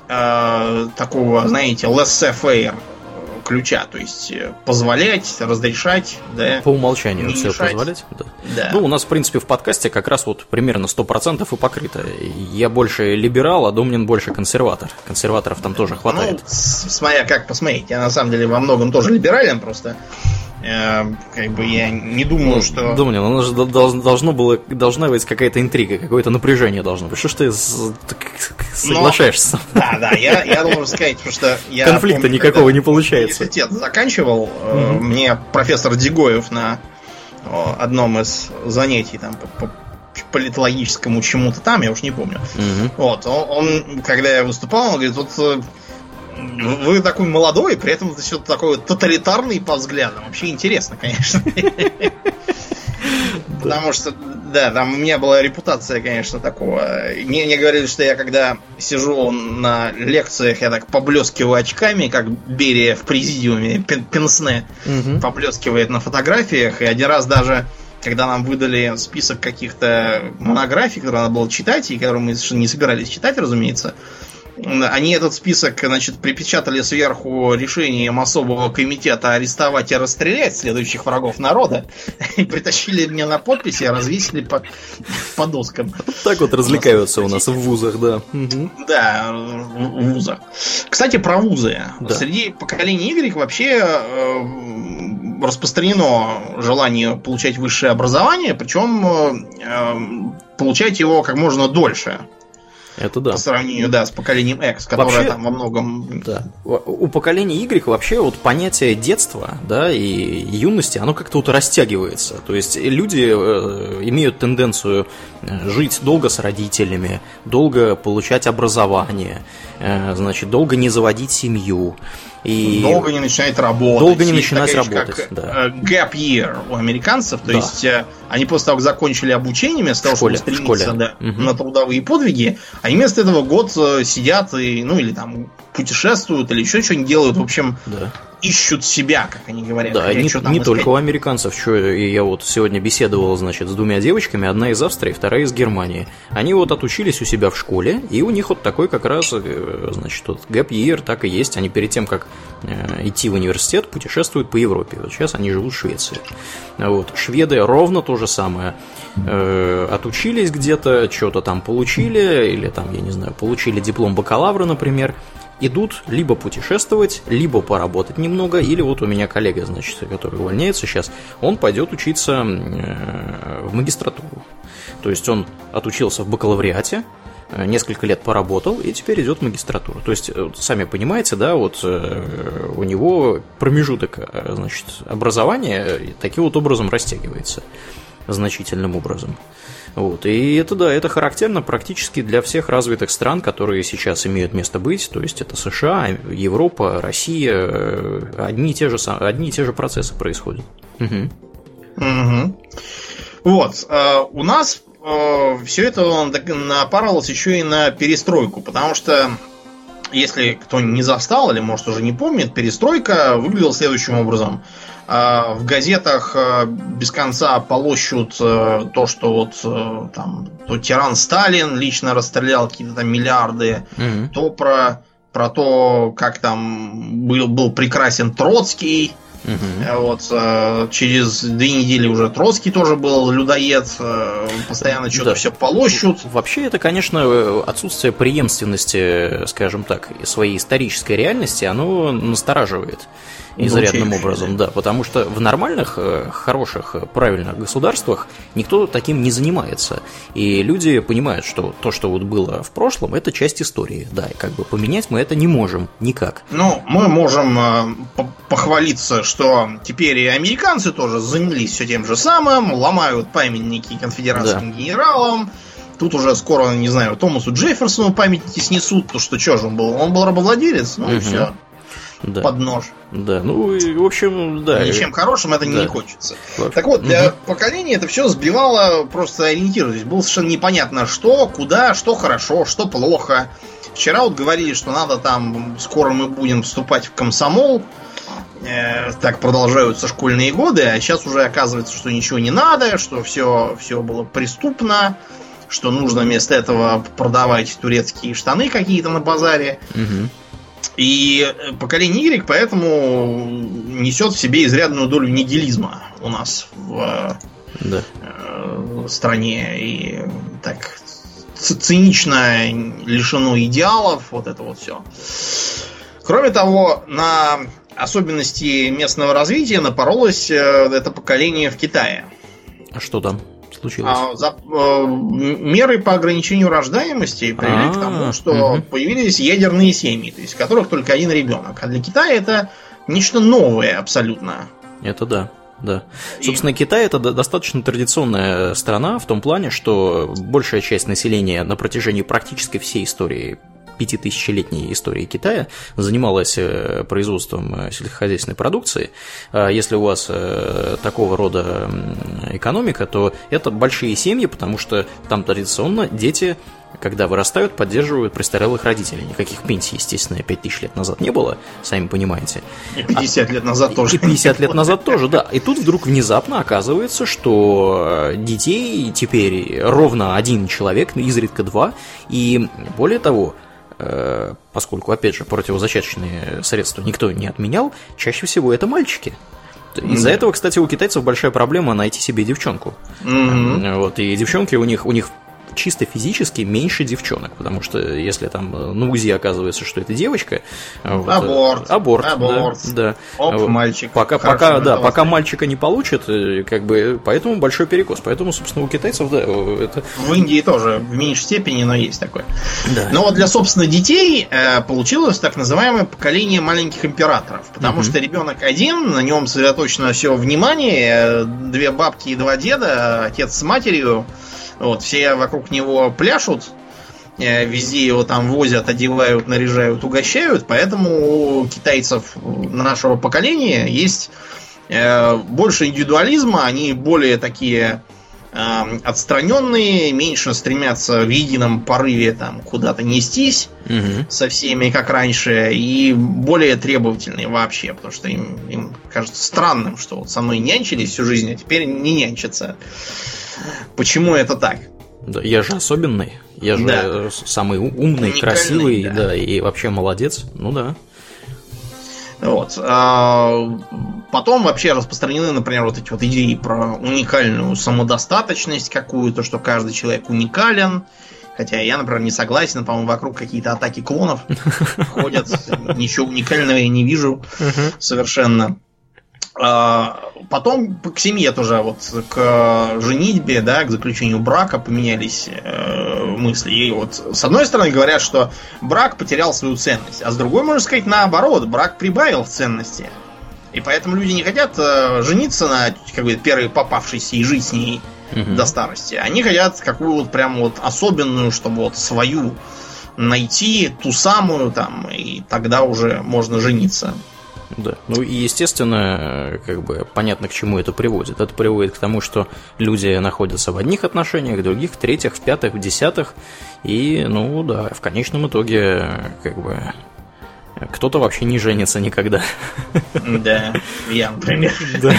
такого, знаете, laissez-faire ключа, то есть позволять, разрешать, да. По умолчанию все позволять. Да. Да. Ну, у нас, в принципе, в подкасте как раз вот примерно 100% и покрыто. Я больше либерал, а Домнин больше консерватор. Консерваторов там тоже хватает. Ну, смотря как посмотреть. Я на самом деле во многом тоже либерален, просто как бы я не думаю, что... Домнин, у нас же должна быть какая-то интрига, какое-то напряжение должно быть. Что ж ты соглашаешься? Да, я должен сказать, потому что я... Конфликта никакого не получается. Университет заканчивал, мне профессор Дегоев на одном из занятий там по политологическому чему-то там, я уж не помню. Вот, он, когда я выступал, он говорит, вот вы такой молодой, при этом это все такой вот тоталитарный по взглядам. Вообще интересно, конечно. Потому что, да, там у меня была репутация, конечно, такого. Мне говорили, что я когда сижу на лекциях, я так поблескиваю очками, как Берия в президиуме, Пенсне поблескивает на фотографиях. И один раз даже, когда нам выдали список каких-то монографий, которые надо было читать, и которые мы совершенно не собирались читать, разумеется, они этот список, значит, припечатали сверху решением особого комитета арестовать и расстрелять следующих врагов народа. И притащили меня на подписи, а развесили по доскам. Так вот развлекаются у нас в вузах, да. Да, в вузах. Кстати, про вузы. Да. Среди поколений Y вообще распространено желание получать высшее образование, причем получать его как можно дольше. Это да. По сравнению, да, с поколением X, которое вообще, там во многом... Да. У поколения Y вообще вот понятие детства, да, и юности, оно как-то вот растягивается. То есть люди имеют тенденцию жить долго с родителями, долго получать образование, значит, долго не заводить семью. И долго не начинать работать. Долго не начинать работать, как, да. Gap year у американцев, то есть они после того, как закончили обучение, вместо того, чтобы стремиться на трудовые подвиги, они вместо этого год сидят и, ну, или там путешествуют, или еще что-нибудь делают, в общем, ищут себя, как они говорят. Да, не только у американцев. Я вот сегодня беседовал, значит, с двумя девочками, одна из Австрии, вторая из Германии. Они вот отучились у себя в школе, и у них вот такой как раз, значит, вот gap year так и есть. Они перед тем, как идти в университет, путешествуют по Европе. Вот сейчас они живут в Швеции. Вот. Шведы ровно то же самое. Отучились где-то, что-то там получили, или там, я не знаю, получили диплом бакалавра, например, идут либо путешествовать, либо поработать немного, или вот у меня коллега, значит, который увольняется сейчас, он пойдет учиться в магистратуру. То есть он отучился в бакалавриате, несколько лет поработал и теперь идет в магистратуру. То есть, сами понимаете, да, вот у него промежуток, значит, образования таким вот образом растягивается значительным образом. Вот. И это, да, это характерно практически для всех развитых стран, которые сейчас имеют место быть, то есть это США, Европа, Россия, одни и те же процессы происходят. Вот, у нас все это напарывалось еще и на перестройку, потому что, если кто не застал или, может, уже не помнит, перестройка выглядела следующим образом. В газетах без конца полощут то, что вот там то тиран Сталин лично расстрелял какие-то там миллиарды, то про про то, как там был прекрасен Троцкий. Вот через 2 недели уже Троцкий тоже был людоед, постоянно что-то все полощут. Вообще это, конечно, отсутствие преемственности, скажем так, своей исторической реальности, оно настораживает изрядным образом, да, потому что в нормальных, хороших, правильных государствах никто таким не занимается, и люди понимают, что то, что вот было в прошлом, это часть истории, да, и как бы поменять мы это не можем никак. Ну, мы можем похвалиться, что теперь и американцы тоже занялись все тем же самым, ломают памятники конфедератским генералам. Тут уже скоро, не знаю, Томасу Джефферсону памятники снесут, потому что что же он был? Он был рабовладелец, ну и все. Да. Под нож. Да, ну и в общем, да. Ничем хорошим это не хочется. Так вот, для поколения это все сбивало просто ориентир. То есть было совершенно непонятно, что, куда, что хорошо, что плохо. Вчера вот говорили, что надо там, скоро мы будем вступать в комсомол. Так продолжаются школьные годы, а сейчас уже оказывается, что ничего не надо, что все было преступно, что нужно вместо этого продавать турецкие штаны какие-то на базаре. И поколение Y поэтому несет в себе изрядную долю нигилизма у нас в стране. И так цинично лишено идеалов, вот это вот все. Кроме того, на особенности местного развития напоролось это поколение в Китае. А что там случилось? Меры по ограничению рождаемости привели к тому, что появились ядерные семьи, то есть в которых только один ребенок. А для Китая это нечто новое абсолютно. Это да. Да. Собственно, Китай это достаточно традиционная страна в том плане, что большая часть населения на протяжении практически всей истории 5000-летней истории Китая занималась производством сельскохозяйственной продукции. Если у вас такого рода экономика, то это большие семьи, потому что там традиционно дети, когда вырастают, поддерживают престарелых родителей. Никаких пенсий, естественно, 5000 лет назад не было, сами понимаете. И 50 лет назад тоже. И 50 лет назад тоже, да. И тут вдруг внезапно оказывается, что детей теперь ровно 1 человек, изредка 2. И более того, поскольку, опять же, противозачаточные средства никто не отменял, чаще всего это мальчики. Из-за этого, кстати, у китайцев большая проблема найти себе девчонку. Вот, и девчонки у них чисто физически меньше девчонок, потому что если там на УЗИ оказывается, что это девочка, аборт, да. Мальчик. Пока мальчика не получат, как бы, поэтому большой перекос. Поэтому, собственно, у китайцев, да, это... В Индии тоже в меньшей степени, но есть такое. Да. Но вот для, собственно, детей получилось так называемое поколение маленьких императоров, потому что ребенок один, на нем сосредоточено все внимание, 2 бабки и 2 деда, отец с матерью. Вот, все вокруг него пляшут, везде его там возят, одевают, наряжают, угощают, поэтому у китайцев нашего поколения есть больше индивидуализма, они более такие отстраненные, меньше стремятся в едином порыве там куда-то нестись со всеми, как раньше, и более требовательные вообще, потому что им кажется странным, что вот со мной нянчились всю жизнь, а теперь не нянчатся. Почему это так? Да, я же особенный, я же самый умный, уникальный, красивый, да, и вообще молодец, ну да. Вот. Потом вообще распространены, например, вот эти вот идеи про уникальную самодостаточность какую-то, что каждый человек уникален. Хотя я, например, не согласен, по-моему, вокруг какие-то атаки клонов ходят, ничего уникального я не вижу совершенно. Потом к семье тоже, вот к женитьбе, да, к заключению брака поменялись мысли. И вот с одной стороны говорят, что брак потерял свою ценность, а с другой, можно сказать, наоборот, брак прибавил в ценности. И поэтому люди не хотят жениться на как бы первой попавшейся и жить с ней до старости. Они хотят какую вот прям вот особенную, чтобы вот свою найти, ту самую там, и тогда уже можно жениться. Да, ну и естественно, как бы понятно, к чему это приводит. Это приводит к тому, что люди находятся в одних отношениях, в других, в третьих, в пятых, в десятых. И, ну да, в конечном итоге, как бы, кто-то вообще не женится никогда. Да, я, например. Да.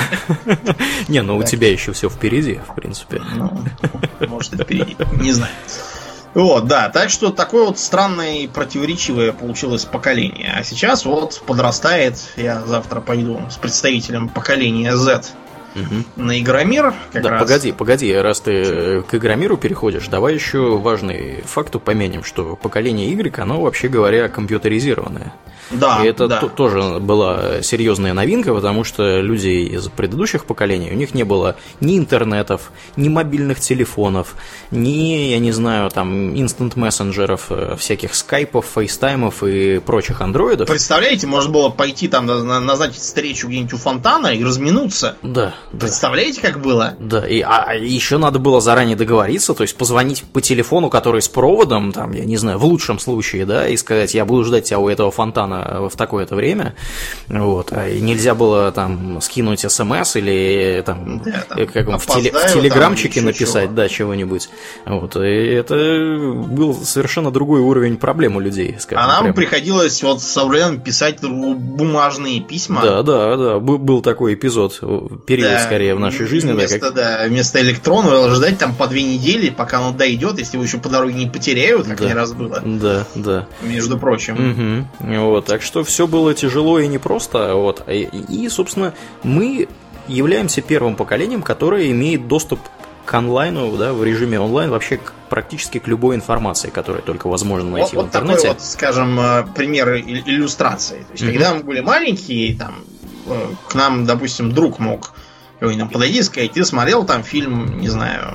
Не, ну у тебя еще все впереди, в принципе. Ну, может, и впереди, не знаю. Вот, да, так что такое вот странное и противоречивое получилось поколение. А сейчас вот подрастает, я завтра пойду с представителем поколения Z на Игромир. Как да, раз. погоди, раз ты к Игромиру переходишь, давай еще важный факт упомянем, что поколение Y, оно, вообще говоря, компьютеризированное. Да, и это да. Тоже была серьезная новинка, потому что людей из предыдущих поколений, у них не было ни интернетов, ни мобильных телефонов, ни, я не знаю, там, инстант-мессенджеров, всяких скайпов, фейстаймов и прочих андроидов. Представляете, можно было пойти там назначить встречу где-нибудь у фонтана и разминуться. Да. Представляете, как было? Да, и еще надо было заранее договориться, то есть позвонить по телефону, который с проводом, там, я не знаю, в лучшем случае, да, и сказать, я буду ждать тебя у этого фонтана в такое-то время, вот, и нельзя было там скинуть смс или там, да, там в телеграмчике написать, чего. Да, чего-нибудь, вот, и это был совершенно другой уровень проблем у людей, скажем. А нам прямо. Приходилось вот со временем писать бумажные письма. Да, был такой эпизод, период, да, скорее, в нашей жизни. Вместо электронного ждать там по 2 недели, пока оно дойдет, если его еще по дороге не потеряют, как не раз было. Да. Между прочим. Вот, так что все было тяжело и непросто. Вот. И, собственно, мы являемся первым поколением, которое имеет доступ к онлайну, да, в режиме онлайн вообще практически к любой информации, которую только возможно найти в интернете. Вот такой вот, скажем, пример иллюстрации. То есть, когда мы были маленькие, там, к нам, допустим, друг мог подойти и сказать, ты смотрел там фильм, не знаю,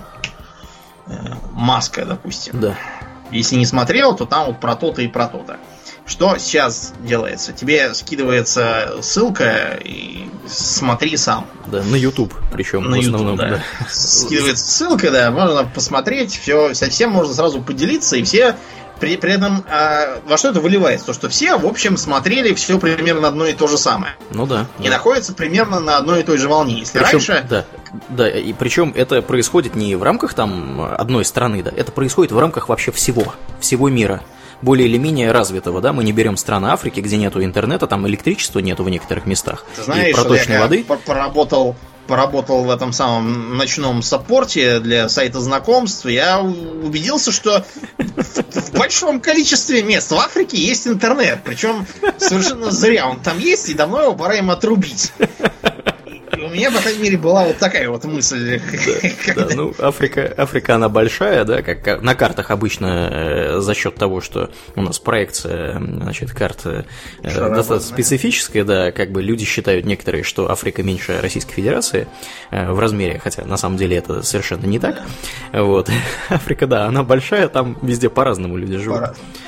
«Маска», допустим. Да. Если не смотрел, то там вот про то-то и про то-то. Что сейчас делается? Тебе скидывается ссылка и смотри сам. Да, на YouTube, причем на в основном. YouTube, да. Скидывается ссылка, да, можно посмотреть, все, совсем можно сразу поделиться, и все при этом во что это выливается? То, что все, в общем, смотрели все примерно одно и то же самое. Ну да. И находятся примерно на одной и той же волне. Если причем, раньше... Да, и причем это происходит не в рамках там одной страны, да, это происходит в рамках вообще всего мира. Более или менее развитого, да, мы не берем страны Африки, где нету интернета, там электричества нету в некоторых местах. Ты знаешь, и проточной воды. Поработал в этом самом ночном саппорте для сайта знакомств, я убедился, что в большом количестве мест в Африке есть интернет. Причем совершенно зря он там есть, и давно его пора им отрубить. И у меня, по крайней мере, была вот такая вот мысль. Да, ну, Африка, она большая, да, как на картах обычно за счет того, что у нас проекция, значит, карт достаточно специфическая, да, как бы люди считают некоторые, что Африка меньше Российской Федерации в размере, хотя на самом деле это совершенно не так. Вот. Африка, да, она большая, там везде по-разному люди живут.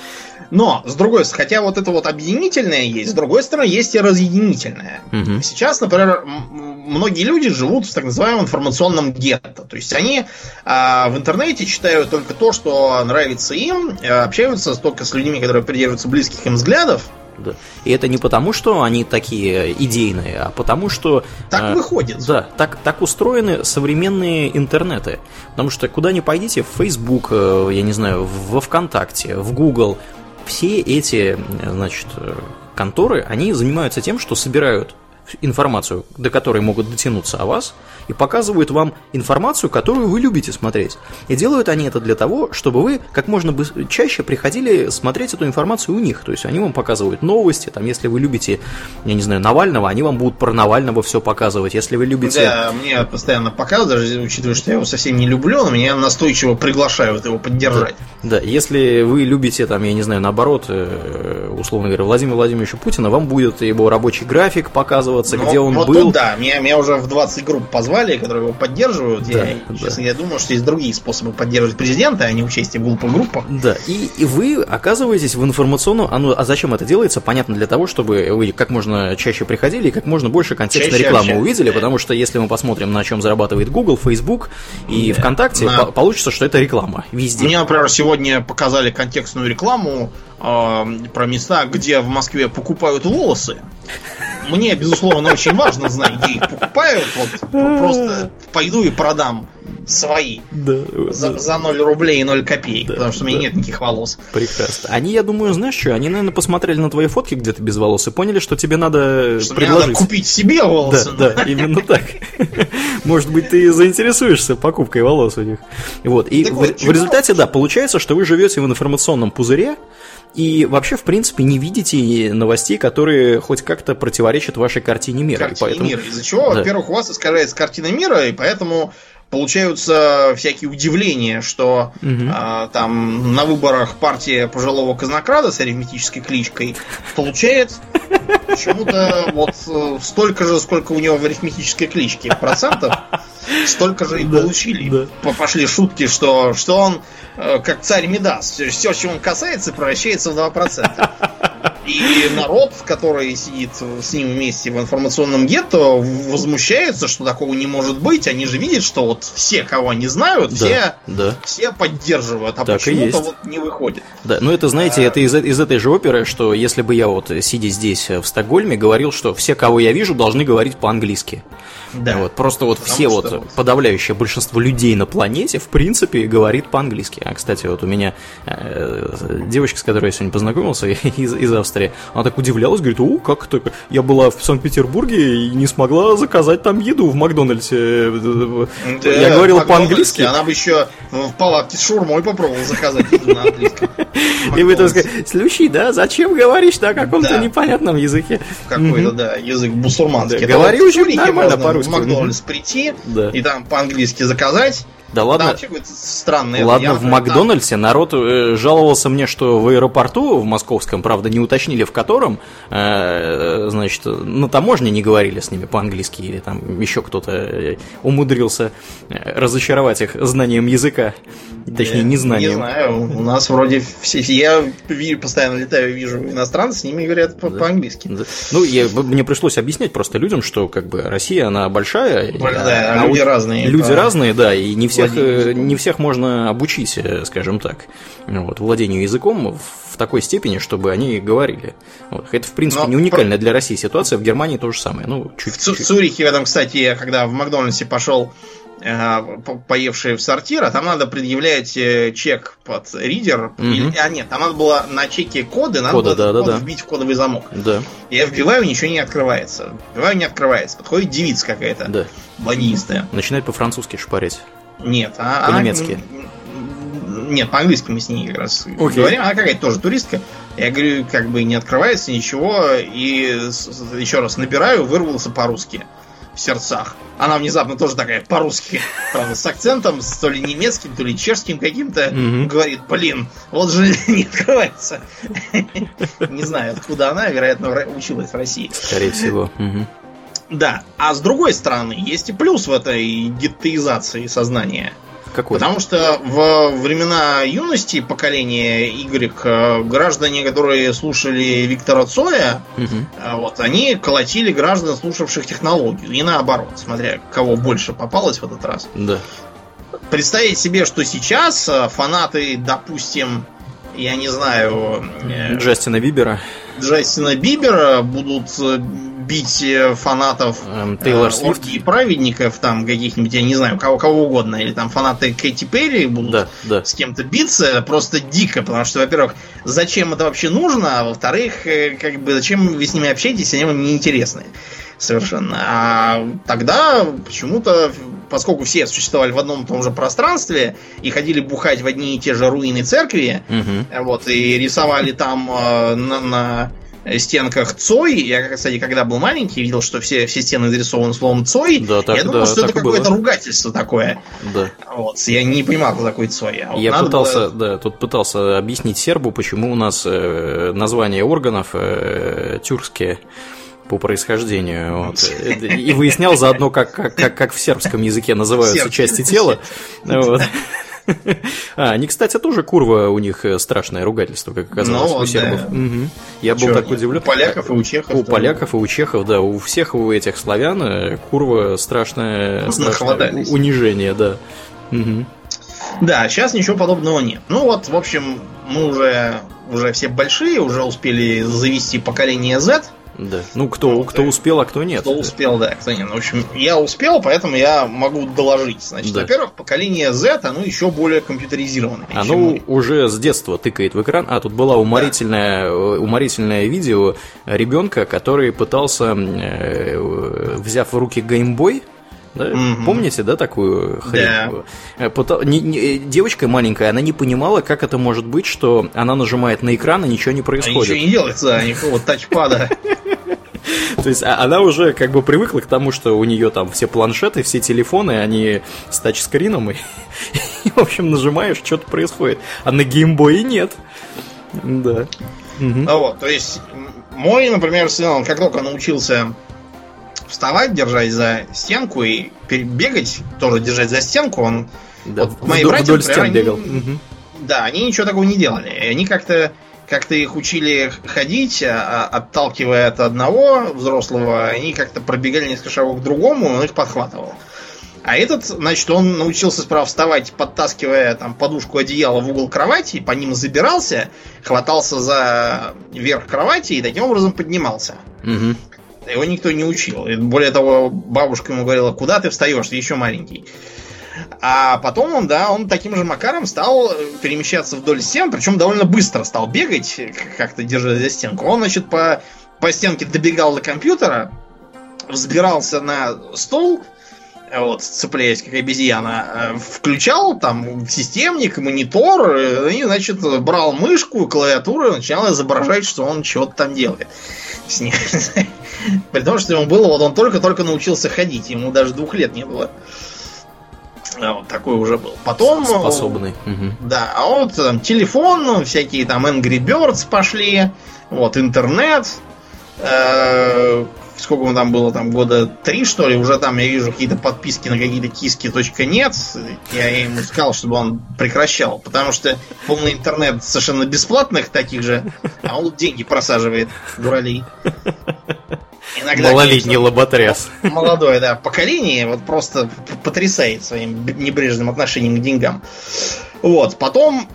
Но, с другой стороны, хотя вот это вот объединительное есть, с другой стороны, есть и разъединительное. Угу. Сейчас, например, многие люди живут в так называемом информационном гетто. То есть они в интернете читают только то, что нравится им, общаются только с людьми, которые придерживаются близких им взглядов. Да. И это не потому, что они такие идейные, а потому что... Так выходит. Да, так устроены современные интернеты. Потому что куда ни пойдите, в Facebook, я не знаю, во ВКонтакте, в Google, все эти, значит, конторы, они занимаются тем, что собирают информацию, до которой могут дотянуться о вас, и показывают вам информацию, которую вы любите смотреть. И делают они это для того, чтобы вы как можно чаще приходили смотреть эту информацию у них. То есть они вам показывают новости, там, если вы любите, я не знаю, Навального, они вам будут про Навального все показывать. Если вы любите... Да, мне постоянно показывают, даже учитывая, что я его совсем не люблю, но меня настойчиво приглашают его поддержать. Да, если вы любите, там, я не знаю, наоборот, условно говоря, Владимира Владимировича Путина, вам будет его рабочий график показываться, где он вот был. Тут, да, меня уже в 20 групп позвали, которые его поддерживают. Честно, я думаю, что есть другие способы поддерживать президента, а не участие в группах. Да, и вы оказываетесь в информационном... А зачем это делается? Понятно, для того, чтобы вы как можно чаще приходили и как можно больше контекстной рекламы увидели, потому что если мы посмотрим, на чем зарабатывает Google, Facebook и ВКонтакте, получится, что это реклама везде. Мне, например, сегодня показали контекстную рекламу про места, где в Москве покупают волосы. Мне, безусловно, очень важно знать, где их покупают. Вот просто пойду и продам свои. Да. За 0 рублей и 0 копеек, да, потому что у меня нет никаких волос. Прекрасно. Они, я думаю, знаешь что, они, наверное, посмотрели на твои фотки где-то без волос и поняли, что тебе надо что предложить. Мне надо купить себе волосы. Да, именно так. Может быть, ты заинтересуешься покупкой волос у них. Вот. И в результате, да, получается, что вы живете в информационном пузыре, и вообще, в принципе, не видите новостей, которые хоть как-то противоречат вашей картине мира. Мира. Из-за чего, во-первых, у вас искажается картина мира, и поэтому получаются всякие удивления, что там на выборах партия пожилого казнокрада с арифметической кличкой получает почему-то вот столько же, сколько у него в арифметической кличке процентов, столько же и получили. Пошли шутки, что он как царь Мидас. Все, чего он касается, превращается в 2%. И народ, который сидит с ним вместе в информационном гетто, возмущается, что такого не может быть. Они же видят, что вот все, кого они знают, все поддерживают, а так почему-то вот не выходит. Да, ну это, знаете, это из этой же оперы, что если бы я вот, сидя здесь в Стокгольме, говорил, что все, кого я вижу, должны говорить по-английски. Да. Вот, просто вот все вот подавляющее большинство людей на планете, в принципе, говорит по-английски. А, кстати, вот у меня девочка, с которой я сегодня познакомился, из Австрии, она так удивлялась, говорит, как так? Я была в Санкт-Петербурге и не смогла заказать там еду в Макдональдсе. Я говорил по-английски. Она бы еще в палатке с шаурмой попробовала заказать еду на английском. И вы так сказали, слушай, да, зачем говоришь на каком-то непонятном языке? Какой-то, да, язык бусурманский. Говори очень нормально по-русски. В Макдональдс прийти и там по-английски заказать. Да ладно, странное. Ладно, в Макдональдсе народ жаловался мне, что в аэропорту в московском, правда, не уточнили в котором, значит, на таможне не говорили с ними по-английски, или там еще кто-то умудрился разочаровать их знанием языка, точнее, незнанием. Не знаю, у нас вроде все, я постоянно летаю, вижу иностранцев, с ними говорят по-английски. Да. Ну, мне пришлось объяснять просто людям, что как бы Россия, она большая, да, люди разные. Люди разные, да, и не всех можно обучить, скажем так, вот, владению языком в такой степени, чтобы они говорили. Вот. Это, в принципе, не уникальная для России ситуация, в Германии то же самое. Ну, в Цюрихе, в этом, кстати, я когда в Макдональдсе пошел, поевший в сортир, а там надо предъявлять чек под ридер. Нет, там надо было на чеке коды, надо было вбить в кодовый замок. Да. Я вбиваю, ничего не открывается. Не открывается. Подходит девица какая-то, банистая. Начинает по-французски шпарить. Нет, по-немецки. Нет, по-английски мы с ней как раз говорим. Она какая-то тоже туристка. Я говорю, как бы не открывается ничего. И еще раз набираю, вырвался по-русски. В сердцах. Она внезапно тоже такая по-русски, правда, с акцентом, то ли немецким, то ли чешским каким-то, говорит, блин, вот же не открывается. Не знаю, откуда она, вероятно, училась в России. Скорее всего. Да, а с другой стороны, есть и плюс в этой геттоизации сознания. Какой? Потому что во времена юности поколения Y граждане, которые слушали Виктора Цоя, вот, они колотили граждан, слушавших технологию. И наоборот, смотря кого больше попалось в этот раз. Да. Представить себе, что сейчас фанаты, допустим, я не знаю... Джастина Бибера будут бить фанатов Тейлор Свифт и праведников, там каких-нибудь, я не знаю, кого угодно, или там фанаты Кэти Перри будут с кем-то биться, просто дико, потому что, во-первых, зачем это вообще нужно, а во-вторых, как бы зачем вы с ними общаетесь, они вам не интересны совершенно. А тогда почему-то, поскольку все существовали в одном и том же пространстве и ходили бухать в одни и те же руины церкви, вот, и рисовали там на стенках Цой. Я, кстати, когда был маленький, видел, что все стены зарисованы словом Цой. Да, так, я думал, что это какое-то ругательство такое. Да. Вот, я не понимал, кто такой Цой. А вот я пытался объяснить сербу, почему у нас названия органов тюркские по происхождению. Вот. И выяснял заодно, как в сербском языке называются части тела. Вот. Они, кстати, тоже курва, у них страшное ругательство, как оказалось, у сербов. Я был так удивлен. У поляков и у чехов. У поляков и у чехов, да. У всех у этих славян курва страшное унижение, да. Да, сейчас ничего подобного нет. Ну вот, в общем, мы уже все большие, уже успели завести поколение Z. Да. Ну, кто успел, а кто нет. Кто успел, да, кто нет. В общем, я успел, поэтому я могу доложить. Значит, да. Во-первых, поколение Z, оно еще более компьютеризированное. Оно уже с детства тыкает в экран. Тут была уморительное видео ребенка, который пытался, взяв в руки геймбой, да? Помните, да, такую хрень? Да. Девочка маленькая, она не понимала, как это может быть, что она нажимает на экран, и ничего не происходит. Ничего не делается, никакого тачпада. То есть она уже как бы привыкла к тому, что у нее там все планшеты, все телефоны, они с тачскрином, и в общем, нажимаешь, что-то происходит. А на геймбое нет. Да. Вот, то есть мой, например, сын, он как только научился вставать, держать за стенку и бегать, тоже держать за стенку, он... Да, вот мои братья, вдоль стен бегал. Да, они ничего такого не делали. И они как-то их учили ходить, отталкивая от одного взрослого, они как-то пробегали несколько шагов к другому, он их подхватывал. А этот, значит, он научился справа вставать, подтаскивая там подушку, одеяло в угол кровати, по ним забирался, хватался за верх кровати и таким образом поднимался. Его никто не учил. И более того, бабушка ему говорила: куда ты встаешь, ты еще маленький. А потом он таким же макаром стал перемещаться вдоль стен, причем довольно быстро стал бегать, как-то держась за стенку. Он, значит, по стенке добегал до компьютера, взбирался на стол, вот, цепляясь как обезьяна, включал там системник, монитор, и, значит, брал мышку, клавиатуру и начинал изображать, что он чего-то там делает с ним. При том, что ему было, вот он только-только научился ходить, ему даже 2 лет не было. Вот такой уже был. Потом... Способный. Да, а вот там телефон, всякие там Angry Birds пошли, вот, интернет. Сколько ему там было, там года 3, что ли, уже там я вижу какие-то подписки на какие-то киски.нет. Я ему сказал, чтобы он прекращал, потому что полный интернет совершенно бесплатных таких же, а он деньги просаживает, дуралей. Иногда, малолетний, конечно, лоботряс. Молодое, да, поколение вот просто потрясает своим небрежным отношением к деньгам. Вот, потом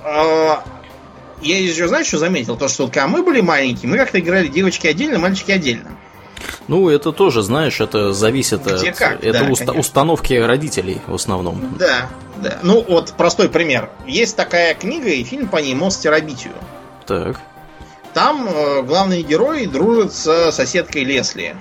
я еще, знаешь, что заметил? То, что вот, когда мы были маленькие, мы как-то играли девочки отдельно, мальчики отдельно. Ну, это тоже, знаешь, это зависит от установки родителей в основном. Да, да. Ну, вот простой пример. Есть такая книга и фильм по ней «Мост в Терабитию». Так. Там главный герой дружит с соседкой Лесли.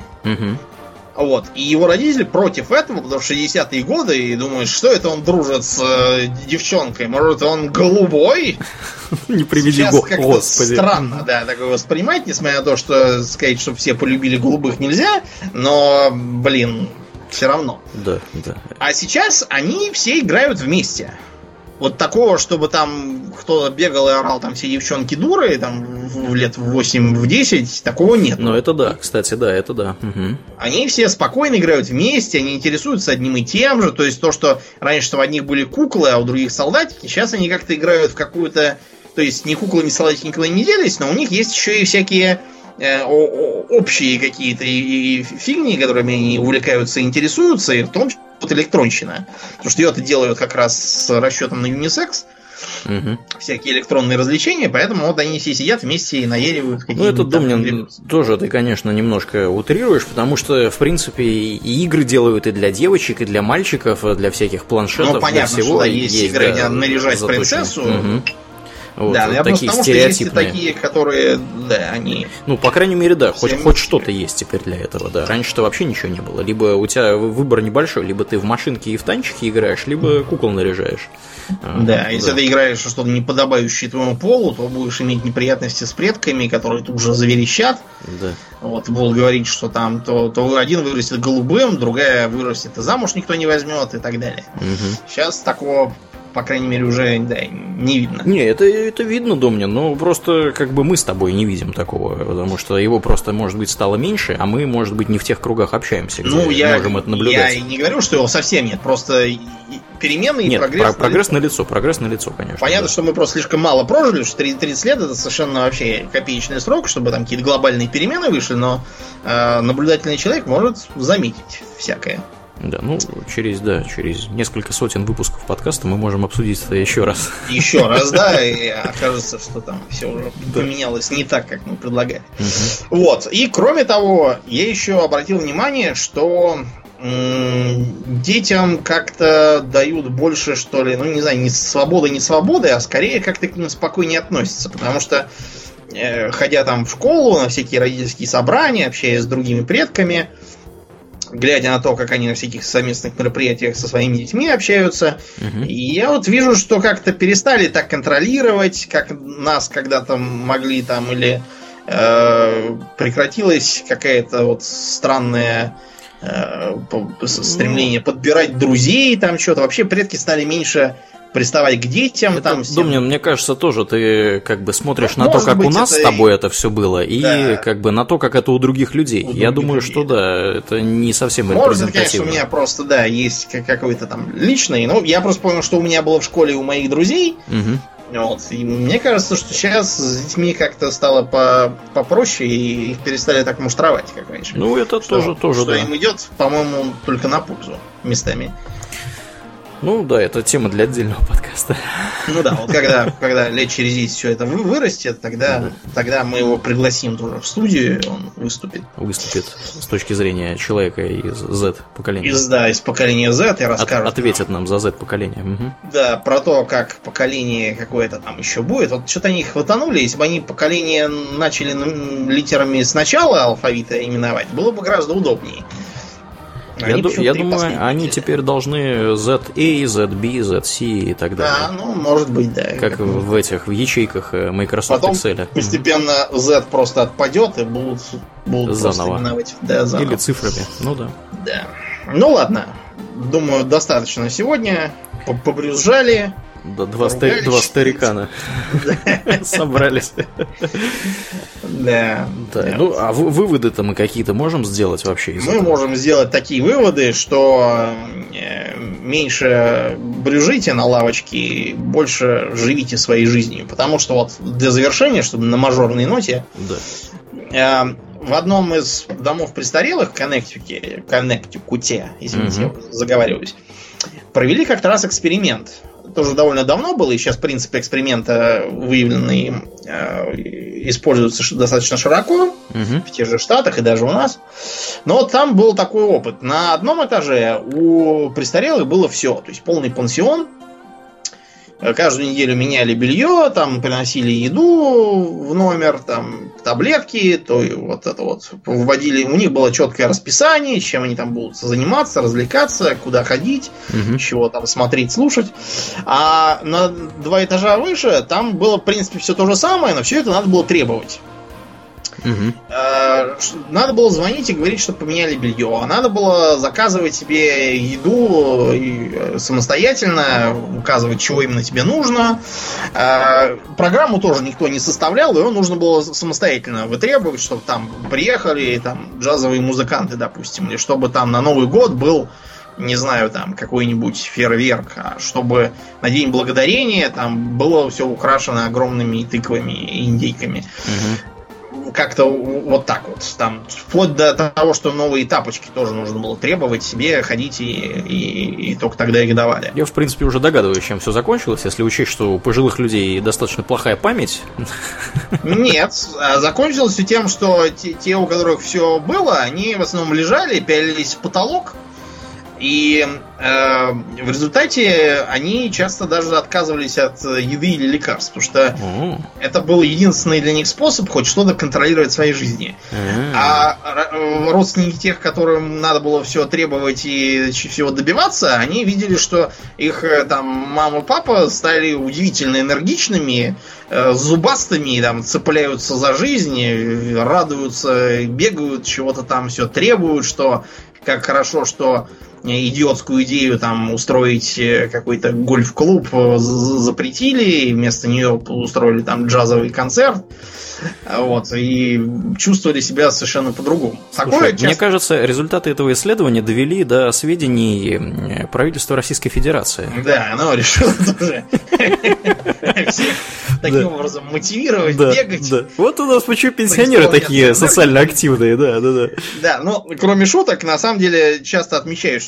Вот. И его родители против этого, потому что 60-е годы, и думают, что это он дружит с девчонкой. Может, он голубой? Не приведи Господи. Странно, да, такое воспринимать, несмотря на то, что сказать, что все полюбили голубых нельзя, но, блин, все равно. Да, да. А сейчас они все играют вместе. Вот такого, чтобы там кто-то бегал и орал, там все девчонки дуры, там в лет в 8-10, такого нет. Ну это да, кстати, да, это да. Угу. Они все спокойно играют вместе, они интересуются одним и тем же. То есть то, что раньше у одних были куклы, а у других солдатики, сейчас они как-то играют в какую-то... То есть ни куклы, ни солдатики никогда не делись, но у них есть еще и всякие общие какие-то и фигни, которыми они увлекаются и интересуются, и в том числе вот электронщина. Потому что ее-то делают как раз с расчетом на юнисекс. Всякие электронные развлечения, поэтому вот они все сидят вместе и наеривают. Ну, это, Домнин, тоже ты, конечно, немножко утрируешь, потому что, в принципе, и игры делают и для девочек, и для мальчиков, для всяких планшетов, ну, понятно, для всего. Что, да, есть игры, где наряжать принцессу. Вот, да, вот я такие просто стереотипные. Что есть такие, которые, да, они... Ну, по крайней мере, да, хоть что-то есть теперь для этого, да. Раньше-то вообще ничего не было. Либо у тебя выбор небольшой, либо ты в машинке и в танчике играешь, либо кукол наряжаешь. Да, если ты играешь что-то неподобающее твоему полу, то будешь иметь неприятности с предками, которые тут же заверещат. Да. Вот, будут говорить, что там то один вырастет голубым, другая вырастет и замуж никто не возьмет и так далее. Сейчас такого... По крайней мере, уже не видно. Не, это видно, Домнин, но просто как бы мы с тобой не видим такого, потому что его просто, может быть, стало меньше, а мы, может быть, не в тех кругах общаемся, где можем это наблюдать. Я не говорю, что его совсем нет, просто перемены и прогресс. Прогресс на лицо, конечно. Понятно, да. Что мы просто слишком мало прожили, что 30 лет это совершенно вообще копеечный срок, чтобы там какие-то глобальные перемены вышли, но наблюдательный человек может заметить всякое. Да, ну, через несколько сотен выпусков подкаста мы можем обсудить это еще раз. Еще раз, да, и окажется, что там все уже поменялось не так, как мы предлагали. Вот, и кроме того, я еще обратил внимание, что детям как-то дают больше, что ли, ну, не знаю, не свободы, а скорее как-то к ним спокойнее относятся, потому что, ходя там в школу, на всякие родительские собрания, общаясь с другими предками, глядя на то, как они на всяких совместных мероприятиях со своими детьми общаются, и я вот вижу, что как-то перестали так контролировать, как нас когда-то могли там, или прекратилась какая-то вот странная стремление подбирать друзей, там что-то. Вообще предки стали меньше приставать к детям. Это, там Домнин, мне кажется, тоже ты как бы смотришь на то, как у нас с тобой это все было, и как бы на то, как это у других людей. Я думаю, что да, это не совсем репрезентативно. Может, конечно, у меня просто, да, есть какой-то там личный, но я просто понял, что у меня было в школе у моих друзей. Вот. И мне кажется, что сейчас с детьми как-то стало попроще, и их перестали так муштровать, как раньше. Ну, это тоже, что да. Им идет, по-моему, только на пользу местами. Ну да, это тема для отдельного подкаста. Ну да, вот когда лет через 10 все это вырастет, тогда мы его пригласим тоже в студию, он выступит. Выступит с точки зрения человека из Z-поколения. Из поколения Z и расскажет. Ответит нам за Z-поколение. Да, про то, как поколение какое-то там еще будет. Вот что-то они хватанули, если бы они поколение начали литерами с начала алфавита именовать, было бы гораздо удобнее. Я думаю, они теперь должны ZA, ZB, ZC и так далее. Да, ну, может быть, да. Как в ячейках Microsoft Потом Excel. Постепенно Z просто отпадет и будут заново именовать. Да, заново. Или цифрами. Ну да. Да. Ну ладно. Думаю, достаточно сегодня. Побрюзжали. Да, два старикана собрались. Да. Ну, а выводы-то мы какие-то можем сделать вообще из этого? Мы можем сделать такие выводы, что меньше брюжите на лавочке, больше живите своей жизнью. Потому что вот для завершения, чтобы на мажорной ноте, в одном из домов престарелых в Коннектикуте, извините, заговариваюсь, провели как-то раз эксперимент. Тоже довольно давно было, и сейчас принципы эксперимента, выявленные, используются достаточно широко в тех же Штатах и даже у нас. Но вот там был такой опыт. На одном этаже у престарелых было все, то есть полный пансион. Каждую неделю меняли белье, там приносили еду в номер, там таблетки, то вот это вот вводили. У них было четкое расписание, чем они там будут заниматься, развлекаться, куда ходить, чего там смотреть, слушать. А на 2 этажа выше там было, в принципе, все то же самое, но все это надо было требовать. Надо было звонить и говорить, что поменяли белье. Надо было заказывать себе еду самостоятельно, указывать, чего именно тебе нужно. Программу тоже никто не составлял, ее нужно было самостоятельно вытребовать, чтобы там приехали там джазовые музыканты, допустим, или чтобы там на Новый год был, не знаю, там какой-нибудь фейерверк, а чтобы на День Благодарения там было все украшено огромными тыквами и индейками. Как-то вот так вот. Там, вплоть до того, что новые тапочки тоже нужно было требовать себе, ходить и только тогда их давали. Я, в принципе, уже догадываюсь, чем все закончилось, если учесть, что у пожилых людей достаточно плохая память. Нет, закончилось все тем, что те, у которых все было, они в основном лежали, пялились в потолок. И в результате они часто даже отказывались от еды или лекарств, потому что это был единственный для них способ хоть что-то контролировать в своей жизни. А родственники тех, которым надо было все требовать и всего добиваться, они видели, что их там мама, папа стали удивительно энергичными, зубастыми, там цепляются за жизнь, радуются, бегают, чего-то там все требуют, что как хорошо, что идиотскую идею там устроить какой-то гольф-клуб запретили, и вместо нее устроили там джазовый концерт. Вот, и чувствовали себя совершенно по-другому. Слушай, мне кажется, результаты этого исследования довели до сведений правительства Российской Федерации. Да, оно решило тоже всех таким образом мотивировать, бегать. Вот у нас почему пенсионеры такие социально активные, да. Да, но кроме шуток, на самом деле часто отмечают, что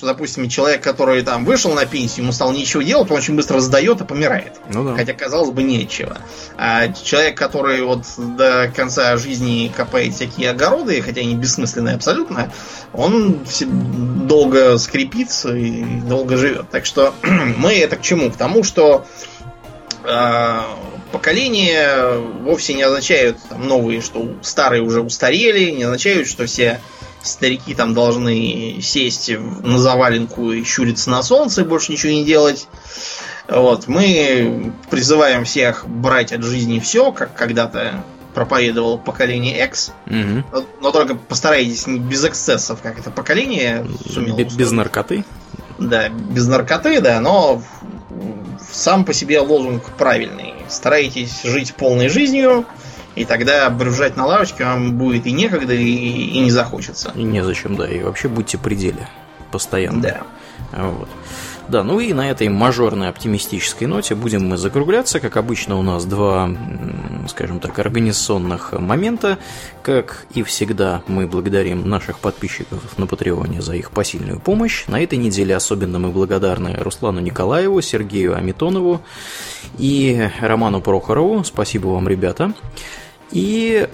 что, допустим, человек, который там вышел на пенсию, ему стало нечего делать, он очень быстро сдает и помирает. Ну да. Хотя, казалось бы, нечего. А человек, который вот до конца жизни копает всякие огороды, хотя они бессмысленные абсолютно, он долго скрипится и долго живет. Так что мы это к чему? К тому, что поколения вовсе не означают там, новые, что старые уже устарели, не означают, что все старики там должны сесть на заваленку и щуриться на солнце и больше ничего не делать. Вот. Мы призываем всех брать от жизни все, как когда-то проповедовало поколение X. Угу. Но только постарайтесь не без эксцессов, как это поколение сумело. Без наркоты? Да, без наркоты, да, но сам по себе лозунг правильный. Старайтесь жить полной жизнью, и тогда брюзжать на лавочке вам будет и некогда, и не захочется. И незачем, да, и вообще будьте в пределе постоянно. Да. Вот. Да, ну и на этой мажорной оптимистической ноте будем мы закругляться. Как обычно, у нас два, скажем так, организационных момента. Как и всегда, мы благодарим наших подписчиков на Патреоне за их посильную помощь. На этой неделе особенно мы благодарны Руслану Николаеву, Сергею Амитонову и Роману Прохорову. Спасибо вам, ребята. И...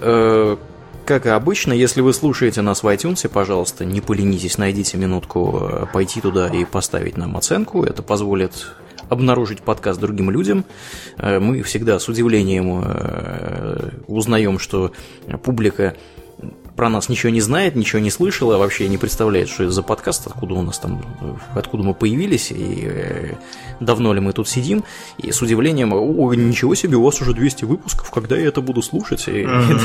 как и обычно, если вы слушаете нас в iTunes, пожалуйста, не поленитесь, найдите минутку пойти туда и поставить нам оценку. Это позволит обнаружить подкаст другим людям. Мы всегда с удивлением узнаем, что публика про нас ничего не знает, ничего не слышала, вообще не представляет, что это за подкаст, откуда у нас там, откуда мы появились, и давно ли мы тут сидим, и с удивлением: о, ничего себе, у вас уже 200 выпусков, когда я это буду слушать, и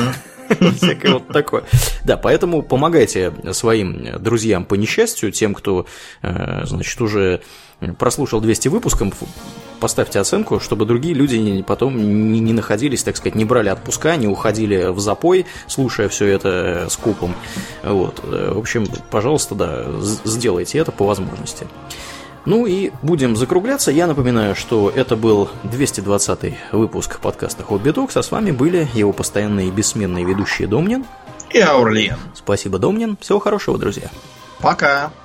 всякое вот такое. Да, поэтому помогайте своим друзьям по несчастью, тем, кто, значит, уже прослушал 200 выпусков, поставьте оценку, чтобы другие люди потом не находились, так сказать, не брали отпуска, не уходили в запой, слушая все это скопом. Вот. В общем, пожалуйста, да, сделайте это по возможности. Ну и будем закругляться. Я напоминаю, что это был 220-й выпуск подкаста Хобби Токс, а с вами были его постоянные и бессменные ведущие Домнин и Аурлиен. Спасибо, Домнин. Всего хорошего, друзья. Пока.